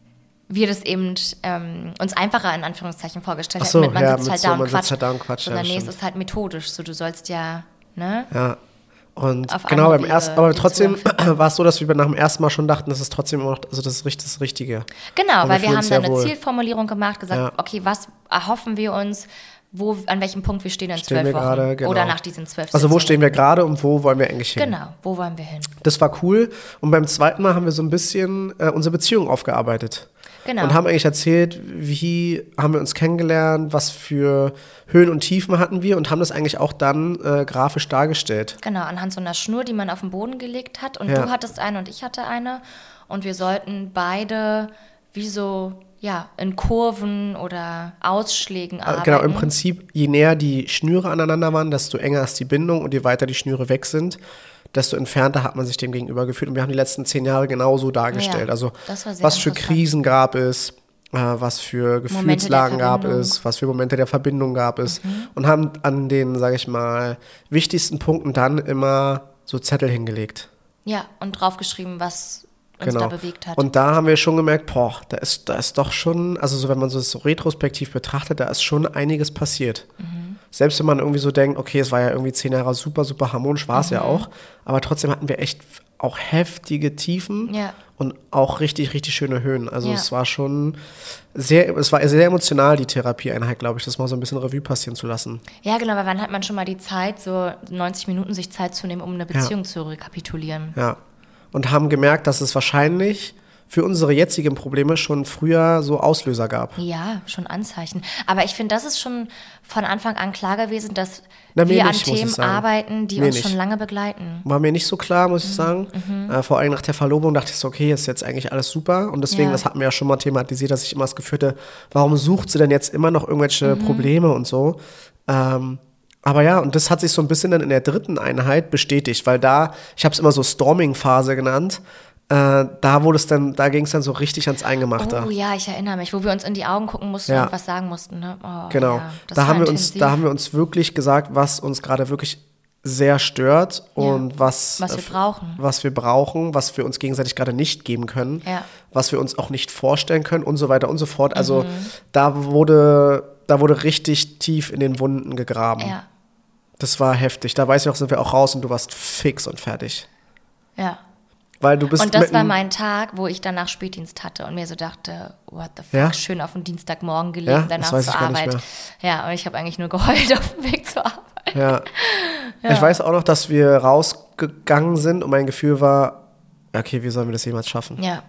[SPEAKER 2] wir das eben ähm, uns einfacher in Anführungszeichen vorgestellt
[SPEAKER 1] Ach so,
[SPEAKER 2] hätten. Mit, man
[SPEAKER 1] ja,
[SPEAKER 2] sitzt
[SPEAKER 1] mit
[SPEAKER 2] halt
[SPEAKER 1] so,
[SPEAKER 2] da und
[SPEAKER 1] man
[SPEAKER 2] quatscht.
[SPEAKER 1] sitzt halt da und quatscht,
[SPEAKER 2] Sondern
[SPEAKER 1] ja,
[SPEAKER 2] nee, es
[SPEAKER 1] stimmt.
[SPEAKER 2] ist halt methodisch. So, du sollst ja, ne?
[SPEAKER 1] Ja. Und
[SPEAKER 2] Auf
[SPEAKER 1] genau,
[SPEAKER 2] andere
[SPEAKER 1] beim ersten,
[SPEAKER 2] Wege
[SPEAKER 1] aber
[SPEAKER 2] den
[SPEAKER 1] trotzdem
[SPEAKER 2] Zugang
[SPEAKER 1] war es so, dass wir nach dem ersten Mal schon dachten, das ist trotzdem immer noch, also das ist richtig- das Richtige.
[SPEAKER 2] Genau,
[SPEAKER 1] Und
[SPEAKER 2] weil wir
[SPEAKER 1] fühlen
[SPEAKER 2] haben
[SPEAKER 1] uns
[SPEAKER 2] dann
[SPEAKER 1] sehr
[SPEAKER 2] eine
[SPEAKER 1] wohl.
[SPEAKER 2] Zielformulierung gemacht, gesagt,
[SPEAKER 1] Ja.
[SPEAKER 2] okay, was erhoffen wir uns, wo, an welchem Punkt wir stehen in
[SPEAKER 1] Stehen
[SPEAKER 2] zwölf
[SPEAKER 1] wir
[SPEAKER 2] Wochen
[SPEAKER 1] gerade, genau.
[SPEAKER 2] oder nach diesen zwölf
[SPEAKER 1] Also wo
[SPEAKER 2] Sitzungen.
[SPEAKER 1] stehen wir gerade und wo wollen wir eigentlich hin?
[SPEAKER 2] Genau, wo wollen wir hin?
[SPEAKER 1] Das war cool. Und beim zweiten Mal haben wir so ein bisschen äh, unsere Beziehung aufgearbeitet.
[SPEAKER 2] Genau.
[SPEAKER 1] Und haben eigentlich erzählt, wie haben wir uns kennengelernt, was für Höhen und Tiefen hatten wir und haben das eigentlich auch dann äh, grafisch dargestellt.
[SPEAKER 2] Genau, anhand so einer Schnur, die man auf den Boden gelegt hat. Und
[SPEAKER 1] Ja.
[SPEAKER 2] du hattest eine und ich hatte eine. Und wir sollten beide wie so, ja, in Kurven oder Ausschlägen
[SPEAKER 1] Äh,
[SPEAKER 2] arbeiten.
[SPEAKER 1] Genau, im Prinzip, je näher die Schnüre aneinander waren, desto enger ist die Bindung und je weiter die Schnüre weg sind, desto entfernter hat man sich dem gegenüber gefühlt. Und wir haben die letzten zehn Jahre genauso dargestellt.
[SPEAKER 2] Ja,
[SPEAKER 1] also
[SPEAKER 2] das war sehr
[SPEAKER 1] was für
[SPEAKER 2] interessant.
[SPEAKER 1] Krisen gab es, äh, was für Gefühlslagen gab
[SPEAKER 2] Verbindung.
[SPEAKER 1] es, was für Momente der Verbindung gab es. Und haben an den, sage ich mal, wichtigsten Punkten dann immer so Zettel hingelegt.
[SPEAKER 2] Ja, und draufgeschrieben, was uns
[SPEAKER 1] Genau.
[SPEAKER 2] da bewegt hat.
[SPEAKER 1] Und da haben wir schon gemerkt, boah, da ist, da ist doch schon, also so wenn man so das so retrospektiv betrachtet, da ist schon einiges passiert.
[SPEAKER 2] Mhm.
[SPEAKER 1] Selbst wenn man irgendwie so denkt, okay, es war ja irgendwie zehn Jahre super, super harmonisch, war es
[SPEAKER 2] Mhm.
[SPEAKER 1] ja auch, aber trotzdem hatten wir echt auch heftige Tiefen
[SPEAKER 2] Ja.
[SPEAKER 1] und auch richtig, richtig schöne Höhen. Also
[SPEAKER 2] Ja.
[SPEAKER 1] es war schon sehr, es war sehr emotional, die Therapieeinheit, glaube ich, das mal so ein bisschen Revue passieren zu lassen.
[SPEAKER 2] Ja, genau, weil wann hat man schon mal die Zeit, so neunzig Minuten sich Zeit zu nehmen, um eine Beziehung zu rekapitulieren?
[SPEAKER 1] Ja. Und haben gemerkt, dass es wahrscheinlich für unsere jetzigen Probleme schon früher so Auslöser gab.
[SPEAKER 2] Ja, schon Anzeichen. Aber ich finde, das ist schon von Anfang an klar gewesen, dass
[SPEAKER 1] Na, mir
[SPEAKER 2] wir
[SPEAKER 1] nicht,
[SPEAKER 2] an
[SPEAKER 1] muss ich
[SPEAKER 2] Themen
[SPEAKER 1] sagen.
[SPEAKER 2] arbeiten, die
[SPEAKER 1] Mir
[SPEAKER 2] uns
[SPEAKER 1] nicht.
[SPEAKER 2] schon lange begleiten.
[SPEAKER 1] War mir nicht so klar, muss ich
[SPEAKER 2] Mhm,
[SPEAKER 1] sagen. Äh, vor allem nach der Verlobung dachte ich so, okay, ist jetzt eigentlich alles super. Und deswegen,
[SPEAKER 2] Ja.
[SPEAKER 1] das hatten wir ja schon mal thematisiert, dass ich immer das Gefühl hatte, warum sucht sie denn jetzt immer noch irgendwelche
[SPEAKER 2] Mhm.
[SPEAKER 1] Probleme und so. Ähm, aber ja, und das hat sich so ein bisschen dann in der dritten Einheit bestätigt, weil da, ich habe es immer so Storming-Phase genannt, äh, da wurde es dann, da ging es dann so richtig ans Eingemachte.
[SPEAKER 2] Oh ja, ich erinnere mich, wo wir uns in die Augen gucken mussten
[SPEAKER 1] Ja.
[SPEAKER 2] und was sagen mussten. Ne? Oh,
[SPEAKER 1] Genau.
[SPEAKER 2] ja, das
[SPEAKER 1] da,
[SPEAKER 2] war
[SPEAKER 1] haben wir uns,
[SPEAKER 2] intensiv.
[SPEAKER 1] da haben wir uns wirklich gesagt, was uns gerade wirklich sehr stört und
[SPEAKER 2] Ja.
[SPEAKER 1] was,
[SPEAKER 2] Was wir
[SPEAKER 1] äh,
[SPEAKER 2] brauchen.
[SPEAKER 1] was wir brauchen, was wir uns gegenseitig gerade nicht geben können,
[SPEAKER 2] Ja.
[SPEAKER 1] was wir uns auch nicht vorstellen können und so weiter und so fort. Also
[SPEAKER 2] Mhm.
[SPEAKER 1] da wurde, da wurde richtig tief in den Wunden gegraben.
[SPEAKER 2] Ja,
[SPEAKER 1] Das war heftig. Da weiß ich auch, sind wir auch raus und du warst fix und fertig.
[SPEAKER 2] ja.
[SPEAKER 1] Weil du bist
[SPEAKER 2] Und das war
[SPEAKER 1] mitten-
[SPEAKER 2] mein Tag, wo ich danach Spätdienst hatte und mir so dachte, what the fuck,
[SPEAKER 1] Ja?
[SPEAKER 2] schön auf den Dienstagmorgen gelegt,
[SPEAKER 1] Ja,
[SPEAKER 2] danach
[SPEAKER 1] das weiß
[SPEAKER 2] zur
[SPEAKER 1] ich gar nicht
[SPEAKER 2] Arbeit.
[SPEAKER 1] mehr.
[SPEAKER 2] Ja, und ich habe eigentlich nur geheult auf dem Weg zur Arbeit.
[SPEAKER 1] Ja. Ich weiß auch noch, dass wir rausgegangen sind und mein Gefühl war, okay, wie sollen wir das jemals schaffen?
[SPEAKER 2] Ja.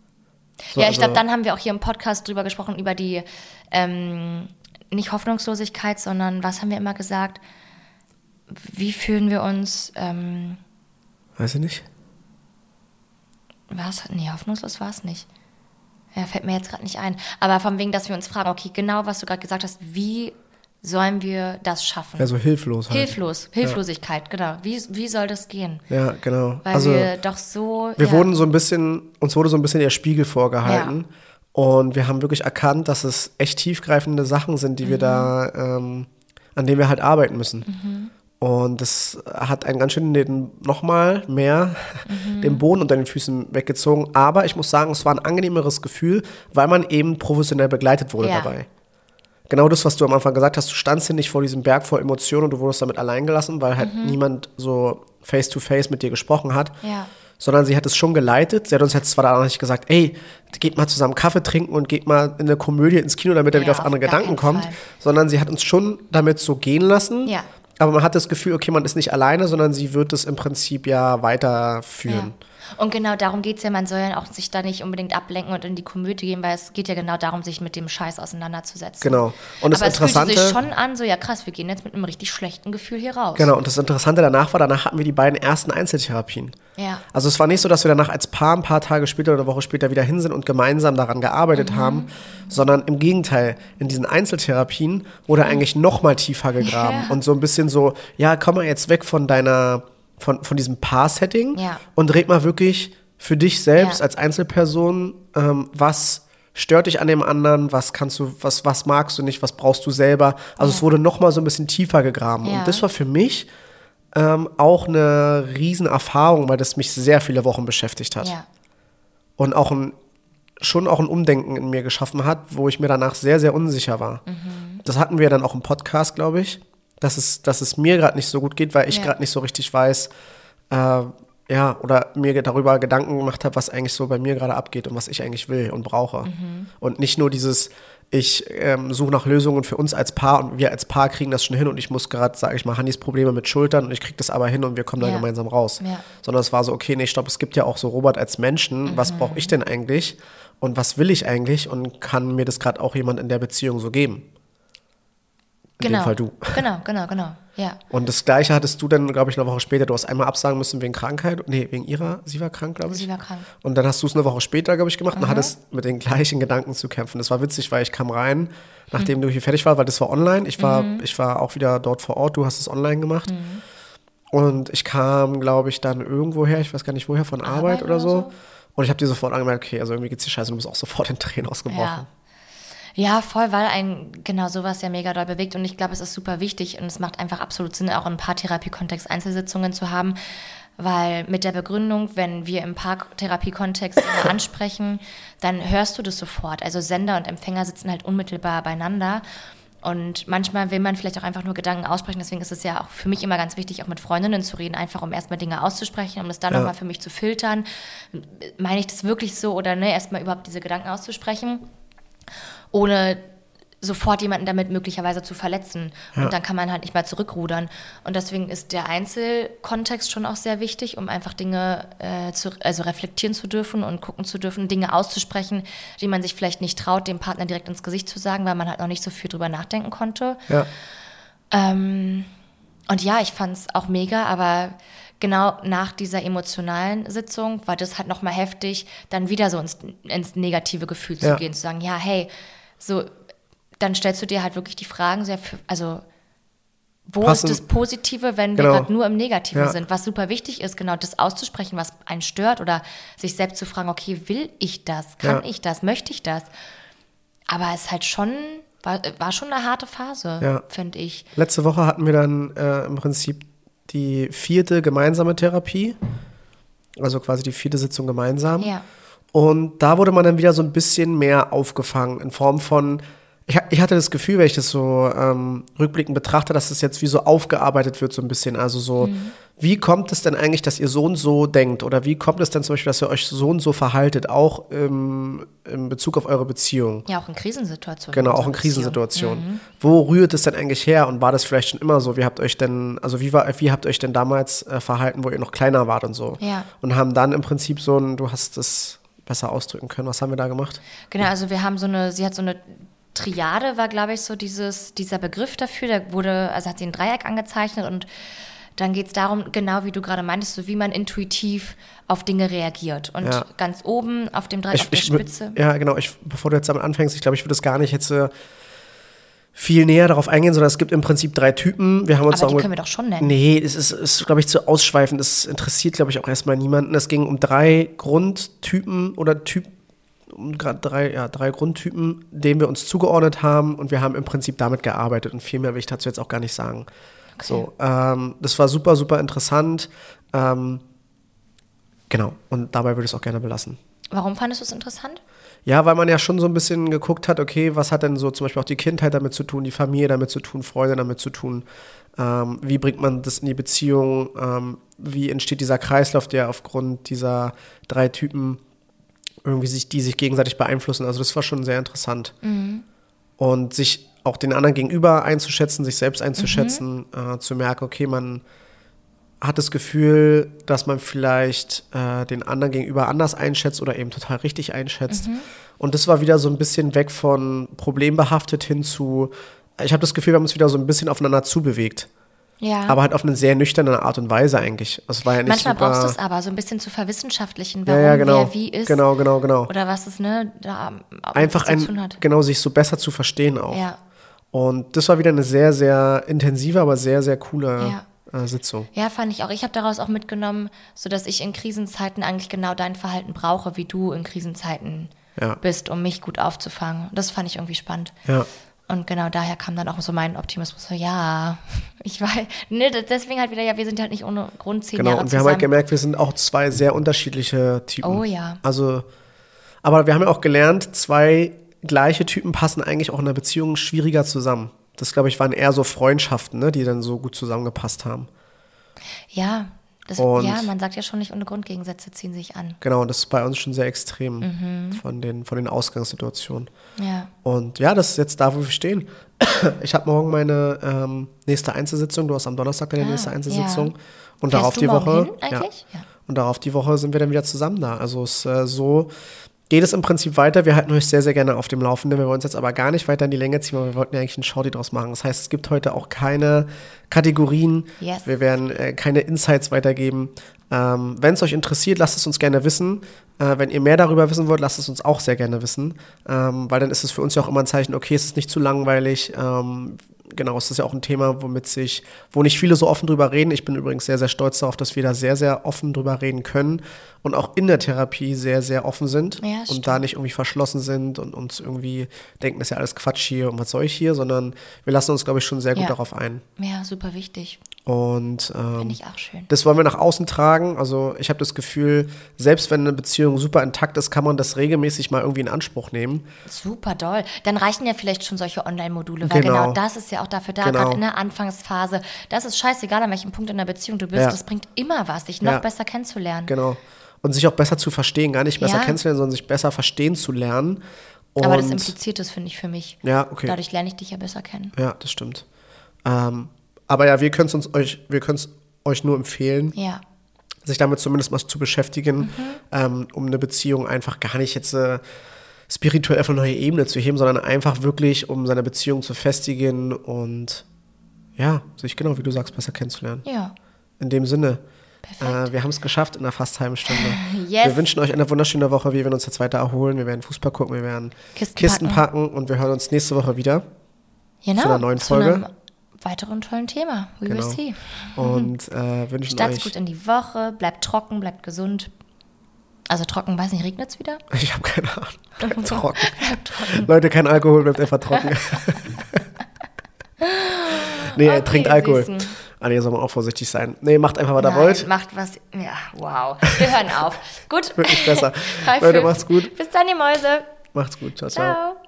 [SPEAKER 1] So,
[SPEAKER 2] ja, ich glaube,
[SPEAKER 1] also-
[SPEAKER 2] dann haben wir auch hier im Podcast drüber gesprochen, über die, ähm, nicht Hoffnungslosigkeit, sondern was haben wir immer gesagt? Wie fühlen wir uns, ähm,
[SPEAKER 1] Weiß ich nicht.
[SPEAKER 2] was? Nee, hoffnungslos war es nicht. Ja, fällt mir jetzt gerade nicht ein. Aber von wegen, dass wir uns fragen, okay, genau, was du gerade gesagt hast, wie sollen wir das schaffen?
[SPEAKER 1] Ja, so hilflos halt.
[SPEAKER 2] Hilflos, Hilflosigkeit, genau. Wie, wie soll das gehen?
[SPEAKER 1] Ja, genau.
[SPEAKER 2] Weil
[SPEAKER 1] also
[SPEAKER 2] wir doch so.
[SPEAKER 1] wir
[SPEAKER 2] ja,
[SPEAKER 1] wurden so ein bisschen, uns wurde so ein bisschen der Spiegel vorgehalten. Und wir haben wirklich erkannt, dass es echt tiefgreifende Sachen sind, die wir da, ähm, an denen wir halt arbeiten müssen. Und das hat einen ganz schön den, nochmal mehr den Boden unter den Füßen weggezogen. Aber ich muss sagen, es war ein angenehmeres Gefühl, weil man eben professionell begleitet wurde
[SPEAKER 2] Ja.
[SPEAKER 1] dabei. Genau das, was du am Anfang gesagt hast, du standst hier nicht vor diesem Berg voll Emotionen und du wurdest damit allein gelassen, weil halt niemand so face-to-face mit dir gesprochen hat.
[SPEAKER 2] Ja.
[SPEAKER 1] Sondern sie hat es schon geleitet. Sie hat uns jetzt zwar danach nicht gesagt, ey, geht mal zusammen Kaffee trinken und geht mal in eine Komödie ins Kino, damit er
[SPEAKER 2] Ja,
[SPEAKER 1] wieder auf
[SPEAKER 2] auf
[SPEAKER 1] andere
[SPEAKER 2] gar
[SPEAKER 1] Gedanken
[SPEAKER 2] keinen
[SPEAKER 1] kommt.
[SPEAKER 2] Fall.
[SPEAKER 1] Sondern sie hat uns schon damit so gehen lassen.
[SPEAKER 2] Ja.
[SPEAKER 1] aber man hat das Gefühl, okay, man ist nicht alleine, sondern sie wird es im Prinzip ja weiterführen.
[SPEAKER 2] Ja. Und genau darum geht es ja, man soll ja auch sich da nicht unbedingt ablenken und in die Komödie gehen, weil es geht ja genau darum, sich mit dem Scheiß auseinanderzusetzen.
[SPEAKER 1] Genau. Und das
[SPEAKER 2] Aber es
[SPEAKER 1] Interessante,
[SPEAKER 2] fühlte sich schon an, so ja krass, wir gehen jetzt mit einem richtig schlechten Gefühl hier raus.
[SPEAKER 1] Genau, und das Interessante danach war, danach hatten wir die beiden ersten Einzeltherapien.
[SPEAKER 2] Ja.
[SPEAKER 1] Also es war nicht so, dass wir danach als Paar ein paar Tage später oder eine Woche später wieder hin sind und gemeinsam daran gearbeitet mhm. haben, sondern im Gegenteil, in diesen Einzeltherapien wurde mhm. eigentlich noch mal tiefer gegraben ja. und so ein bisschen so, ja, komm mal jetzt weg von deiner, von, von diesem Paar-Setting
[SPEAKER 2] ja.
[SPEAKER 1] und red mal wirklich für dich selbst
[SPEAKER 2] ja.
[SPEAKER 1] als Einzelperson, ähm, was stört dich an dem anderen, was kannst du, was, was magst du nicht, was brauchst du selber. Also ja. es wurde noch mal so ein bisschen tiefer gegraben.
[SPEAKER 2] Ja.
[SPEAKER 1] Und das war für mich ähm, auch eine Riesenerfahrung, weil das mich sehr viele Wochen beschäftigt hat.
[SPEAKER 2] Ja.
[SPEAKER 1] Und auch ein, schon auch ein Umdenken in mir geschaffen hat, wo ich mir danach sehr, sehr unsicher war. Mhm. Das hatten wir dann auch im Podcast, glaube ich, dass es, dass es mir gerade nicht so gut geht, weil ich
[SPEAKER 2] ja.
[SPEAKER 1] gerade nicht so richtig weiß, äh, ja, oder mir darüber Gedanken gemacht habe, was eigentlich so bei mir gerade abgeht und was ich eigentlich will und brauche. Mhm. Und nicht nur dieses, ich ähm, suche nach Lösungen für uns als Paar und wir als Paar kriegen das schon hin und ich muss gerade, sage ich mal, Hannis Probleme mit Schultern und ich kriege das aber hin und wir kommen
[SPEAKER 2] ja.
[SPEAKER 1] da gemeinsam raus.
[SPEAKER 2] Ja.
[SPEAKER 1] Sondern es war so, okay, nee, stopp, es gibt ja auch so Robert als Menschen, mhm. was brauche ich denn eigentlich und was will ich eigentlich und kann mir das gerade auch jemand in der Beziehung so geben? In
[SPEAKER 2] genau.
[SPEAKER 1] dem Fall du.
[SPEAKER 2] Genau, genau, genau, ja.
[SPEAKER 1] Und das Gleiche hattest du dann, glaube ich, eine Woche später. Du hast einmal absagen müssen wegen Krankheit. Nee, wegen ihrer. Sie war krank, glaube ich.
[SPEAKER 2] Sie war krank.
[SPEAKER 1] Und dann hast du es eine Woche später, glaube ich, gemacht
[SPEAKER 2] mhm.
[SPEAKER 1] und hattest mit den gleichen Gedanken zu kämpfen. Das war witzig, weil ich kam rein, nachdem mhm. du hier fertig warst, weil das war online. Ich war, mhm. ich war auch wieder dort vor Ort. Du hast es online gemacht. Mhm. Und ich kam, glaube ich, dann irgendwo her. Ich weiß gar nicht woher, von Arbeit, Arbeit oder, oder so. so. Und ich habe dir sofort angemerkt, okay, also irgendwie geht's dir scheiße. Du bist auch sofort in Tränen ausgebrochen.
[SPEAKER 2] Ja. Ja, voll, weil ein genau sowas ja mega doll bewegt und ich glaube, es ist super wichtig und es macht einfach absolut Sinn, auch im Paartherapie-Kontext Einzelsitzungen zu haben, weil mit der Begründung, wenn wir im Paartherapie-Kontext ansprechen, dann hörst du das sofort. Also Sender und Empfänger sitzen halt unmittelbar beieinander und manchmal will man vielleicht auch einfach nur Gedanken aussprechen, deswegen ist es ja auch für mich immer ganz wichtig, auch mit Freundinnen zu reden, einfach um erstmal Dinge auszusprechen, um das dann ja. nochmal für mich zu filtern. Meine ich das wirklich so oder ne, erstmal überhaupt diese Gedanken auszusprechen, ohne sofort jemanden damit möglicherweise zu verletzen. Ja. Und dann kann man halt nicht mehr zurückrudern. Und deswegen ist der Einzelkontext schon auch sehr wichtig, um einfach Dinge äh, zu, also reflektieren zu dürfen und gucken zu dürfen, Dinge auszusprechen, die man sich vielleicht nicht traut, dem Partner direkt ins Gesicht zu sagen, weil man halt noch nicht so viel drüber nachdenken konnte. Ja. Ähm, und ja, ich fand es auch mega, aber genau nach dieser emotionalen Sitzung war das halt nochmal heftig, dann wieder so ins, ins negative Gefühl zu ja. gehen, zu sagen, ja, hey, so, dann stellst du dir halt wirklich die Fragen, sehr für, also wo Passen. ist das Positive, wenn genau. wir gerade nur im Negativen ja. sind? Was super wichtig ist, genau das auszusprechen, was einen stört oder sich selbst zu fragen, okay, will ich das? Kann ja. ich das? Möchte ich das? Aber es ist halt schon, war, war schon eine harte Phase, ja. finde ich.
[SPEAKER 1] Letzte Woche hatten wir dann äh, im Prinzip die vierte gemeinsame Therapie, also quasi die vierte Sitzung gemeinsam.
[SPEAKER 2] Ja.
[SPEAKER 1] Und da wurde man dann wieder so ein bisschen mehr aufgefangen in Form von, ich, ich hatte das Gefühl, wenn ich das so ähm, rückblickend betrachte, dass das jetzt wie so aufgearbeitet wird so ein bisschen. Also so, mhm. wie kommt es denn eigentlich, dass ihr so und so denkt? Oder wie kommt es denn zum Beispiel, dass ihr euch so und so verhaltet, auch im, in Bezug auf eure Beziehung?
[SPEAKER 2] Ja, auch in Krisensituationen.
[SPEAKER 1] Genau, auch in Krisensituationen. Mhm. Wo rührt es denn eigentlich her? Und war das vielleicht schon immer so? Wie habt euch denn, also wie, war, wie habt euch denn damals äh, verhalten, wo ihr noch kleiner wart und so?
[SPEAKER 2] Ja.
[SPEAKER 1] Und haben dann im Prinzip so ein, du hast das besser ausdrücken können. Was haben wir da gemacht?
[SPEAKER 2] Genau, also wir haben so eine, sie hat so eine Triade, war glaube ich so dieses, dieser Begriff dafür, da wurde, also hat sie ein Dreieck angezeichnet und dann geht es darum, genau wie du gerade meintest, so wie man intuitiv auf Dinge reagiert. Und ja. ganz oben auf dem Dreieck, ich, auf der
[SPEAKER 1] ich,
[SPEAKER 2] Spitze.
[SPEAKER 1] Ja, genau, ich, bevor du jetzt damit anfängst, ich glaube, ich würde es gar nicht jetzt äh, viel näher darauf eingehen, sondern es gibt im Prinzip drei Typen. Wir haben uns
[SPEAKER 2] Aber die
[SPEAKER 1] auch,
[SPEAKER 2] können wir doch schon nennen.
[SPEAKER 1] Nee, es ist, ist glaube ich, zu ausschweifend. Das interessiert, glaube ich, auch erstmal niemanden. Es ging um drei Grundtypen oder Typ, um drei, ja, drei Grundtypen, denen wir uns zugeordnet haben und wir haben im Prinzip damit gearbeitet und viel mehr will ich dazu jetzt auch gar nicht sagen. Okay. So, ähm, das war super, super interessant. Ähm, genau, und dabei würde ich es auch gerne belassen.
[SPEAKER 2] Warum fandest du es interessant?
[SPEAKER 1] Ja, weil man ja schon so ein bisschen geguckt hat, okay, was hat denn so zum Beispiel auch die Kindheit damit zu tun, die Familie damit zu tun, Freunde damit zu tun, ähm, wie bringt man das in die Beziehung, ähm, wie entsteht dieser Kreislauf, der aufgrund dieser drei Typen irgendwie sich, die sich gegenseitig beeinflussen. Also das war schon sehr interessant. Mhm. Und sich auch den anderen gegenüber einzuschätzen, sich selbst einzuschätzen, mhm. äh, zu merken, okay, man hat das Gefühl, dass man vielleicht äh, den anderen gegenüber anders einschätzt oder eben total richtig einschätzt. Mhm. Und das war wieder so ein bisschen weg von problembehaftet hin zu, ich habe das Gefühl, wir haben uns wieder so ein bisschen aufeinander zubewegt.
[SPEAKER 2] Ja.
[SPEAKER 1] Aber halt auf eine sehr nüchterne Art und Weise eigentlich. Das war ja nicht
[SPEAKER 2] Manchmal
[SPEAKER 1] super,
[SPEAKER 2] brauchst du es aber, so ein bisschen zu verwissenschaftlichen, warum
[SPEAKER 1] ja, ja, genau.
[SPEAKER 2] wer wie ist.
[SPEAKER 1] Genau, genau, genau.
[SPEAKER 2] Oder was es ne, da
[SPEAKER 1] einfach
[SPEAKER 2] zu tun
[SPEAKER 1] ein,
[SPEAKER 2] hat.
[SPEAKER 1] genau, sich so besser zu verstehen auch.
[SPEAKER 2] Ja.
[SPEAKER 1] Und das war wieder eine sehr, sehr intensive, aber sehr, sehr coole
[SPEAKER 2] Ja.
[SPEAKER 1] äh, Sitzung.
[SPEAKER 2] Ja, fand ich auch. Ich habe daraus auch mitgenommen, so dass ich in Krisenzeiten eigentlich genau dein Verhalten brauche, wie du in Krisenzeiten
[SPEAKER 1] Ja.
[SPEAKER 2] bist, um mich gut aufzufangen. Das fand ich irgendwie spannend.
[SPEAKER 1] Ja.
[SPEAKER 2] Und genau daher kam dann auch so mein Optimismus, so ja, ich weiß, ne, deswegen halt wieder, ja, wir sind halt nicht ohne Grund zehn
[SPEAKER 1] Genau,
[SPEAKER 2] Jahre
[SPEAKER 1] und wir
[SPEAKER 2] zusammen.
[SPEAKER 1] haben halt gemerkt, wir sind auch zwei sehr unterschiedliche Typen.
[SPEAKER 2] Oh ja.
[SPEAKER 1] Also, aber wir haben ja auch gelernt, zwei gleiche Typen passen eigentlich auch in einer Beziehung schwieriger zusammen. Das, glaube ich, waren eher so Freundschaften, ne, die dann so gut zusammengepasst haben.
[SPEAKER 2] Ja, das,
[SPEAKER 1] Und-
[SPEAKER 2] ja, man sagt ja schon nicht ohne Grund, Gegensätze ziehen sich an.
[SPEAKER 1] Genau, und das ist bei uns schon sehr extrem
[SPEAKER 2] Mhm.
[SPEAKER 1] von, den, von den Ausgangssituationen.
[SPEAKER 2] Ja.
[SPEAKER 1] Und ja, das ist jetzt da, wo wir stehen. Ich habe morgen meine ähm, nächste Einzelsitzung. Du hast am Donnerstag deine
[SPEAKER 2] Ah,
[SPEAKER 1] nächste Einzelsitzung.
[SPEAKER 2] ja.
[SPEAKER 1] Und
[SPEAKER 2] Fährst
[SPEAKER 1] darauf
[SPEAKER 2] du
[SPEAKER 1] die
[SPEAKER 2] morgen
[SPEAKER 1] Woche.
[SPEAKER 2] hin eigentlich? Ja.
[SPEAKER 1] Und darauf die Woche sind wir dann wieder zusammen da. Also es äh, so geht es im Prinzip weiter. Wir halten euch sehr, sehr gerne auf dem Laufenden. Wir wollen uns jetzt aber gar nicht weiter in die Länge ziehen, weil wir wollten ja eigentlich einen Shorty draus machen. Das heißt, es gibt heute auch keine Kategorien.
[SPEAKER 2] Yes.
[SPEAKER 1] Wir werden äh, keine Insights weitergeben. Ähm, wenn es euch interessiert, lasst es uns gerne wissen. Äh, wenn ihr mehr darüber wissen wollt, lasst es uns auch sehr gerne wissen. Ähm, weil dann ist es für uns ja auch immer ein Zeichen, okay, es ist nicht zu langweilig. Ähm, genau, es ist ja auch ein Thema, womit sich, wo nicht viele so offen drüber reden. Ich bin übrigens sehr, sehr stolz darauf, dass wir da sehr, sehr offen drüber reden können und auch in der Therapie sehr, sehr offen sind
[SPEAKER 2] Ja,
[SPEAKER 1] und
[SPEAKER 2] stimmt.
[SPEAKER 1] da nicht irgendwie verschlossen sind und uns irgendwie denken, das ist ja alles Quatsch hier und was soll ich hier, sondern wir lassen uns, glaube ich, schon sehr gut
[SPEAKER 2] Ja.
[SPEAKER 1] darauf ein.
[SPEAKER 2] Ja, super wichtig.
[SPEAKER 1] Und ähm,
[SPEAKER 2] Finde ich auch schön.
[SPEAKER 1] das wollen wir nach außen tragen. Also ich habe das Gefühl, selbst wenn eine Beziehung super intakt ist, kann man das regelmäßig mal irgendwie in Anspruch nehmen.
[SPEAKER 2] Super doll. Dann reichen ja vielleicht schon solche Online-Module, weil
[SPEAKER 1] Genau.
[SPEAKER 2] genau. das ist ja auch dafür da,
[SPEAKER 1] Genau.
[SPEAKER 2] gerade in der Anfangsphase. Das ist scheißegal, an welchem Punkt in der Beziehung du bist.
[SPEAKER 1] Ja.
[SPEAKER 2] Das bringt immer was, dich noch
[SPEAKER 1] Ja.
[SPEAKER 2] besser kennenzulernen.
[SPEAKER 1] Genau. Und sich auch besser zu verstehen, gar nicht besser
[SPEAKER 2] Ja.
[SPEAKER 1] kennenzulernen, sondern sich besser verstehen zu lernen. Und
[SPEAKER 2] Aber das impliziert es, finde ich, für mich.
[SPEAKER 1] Ja, okay.
[SPEAKER 2] Dadurch lerne ich dich ja besser kennen.
[SPEAKER 1] Ja, das stimmt. Ähm, aber ja, wir können es uns euch, wir können es euch nur empfehlen,
[SPEAKER 2] Ja.
[SPEAKER 1] sich damit zumindest mal zu beschäftigen,
[SPEAKER 2] Mhm.
[SPEAKER 1] ähm, um eine Beziehung einfach gar nicht jetzt äh, spirituell auf eine neue Ebene zu heben, sondern einfach wirklich, um seine Beziehung zu festigen und ja, sich genau, wie du sagst, besser kennenzulernen.
[SPEAKER 2] Ja.
[SPEAKER 1] In dem Sinne,
[SPEAKER 2] Perfekt.
[SPEAKER 1] äh, wir haben es geschafft in einer fast halben Stunde.
[SPEAKER 2] Yes.
[SPEAKER 1] Wir wünschen euch eine wunderschöne Woche. Wir werden uns jetzt weiter erholen. Wir werden Fußball gucken, wir werden
[SPEAKER 2] Kisten
[SPEAKER 1] Kisten,
[SPEAKER 2] packen.
[SPEAKER 1] packen und wir hören uns nächste Woche wieder.
[SPEAKER 2] Genau.
[SPEAKER 1] Zu einer neuen
[SPEAKER 2] Zu
[SPEAKER 1] Folge.
[SPEAKER 2] einem weiteren tollen Thema. We
[SPEAKER 1] Genau.
[SPEAKER 2] will see.
[SPEAKER 1] Und äh, wünschen
[SPEAKER 2] Start's
[SPEAKER 1] euch.
[SPEAKER 2] gut in die Woche, bleibt trocken, bleibt gesund. Also trocken, weiß nicht, regnet es wieder?
[SPEAKER 1] Ich habe keine Ahnung. Bleibt trocken.
[SPEAKER 2] Bleibt trocken.
[SPEAKER 1] Leute, kein Alkohol, bleibt einfach trocken. nee,
[SPEAKER 2] Okay,
[SPEAKER 1] trinkt Alkohol.
[SPEAKER 2] Süßen.
[SPEAKER 1] Ah, nee, soll man auch vorsichtig sein. Nee, macht einfach, was ihr
[SPEAKER 2] Nein,
[SPEAKER 1] wollt.
[SPEAKER 2] macht was. Ja, wow. Wir hören auf. Gut.
[SPEAKER 1] Wirklich besser.
[SPEAKER 2] High
[SPEAKER 1] Leute,
[SPEAKER 2] five.
[SPEAKER 1] macht's gut.
[SPEAKER 2] Bis dann, die Mäuse.
[SPEAKER 1] Macht's gut. Ciao, ciao.
[SPEAKER 2] Ciao.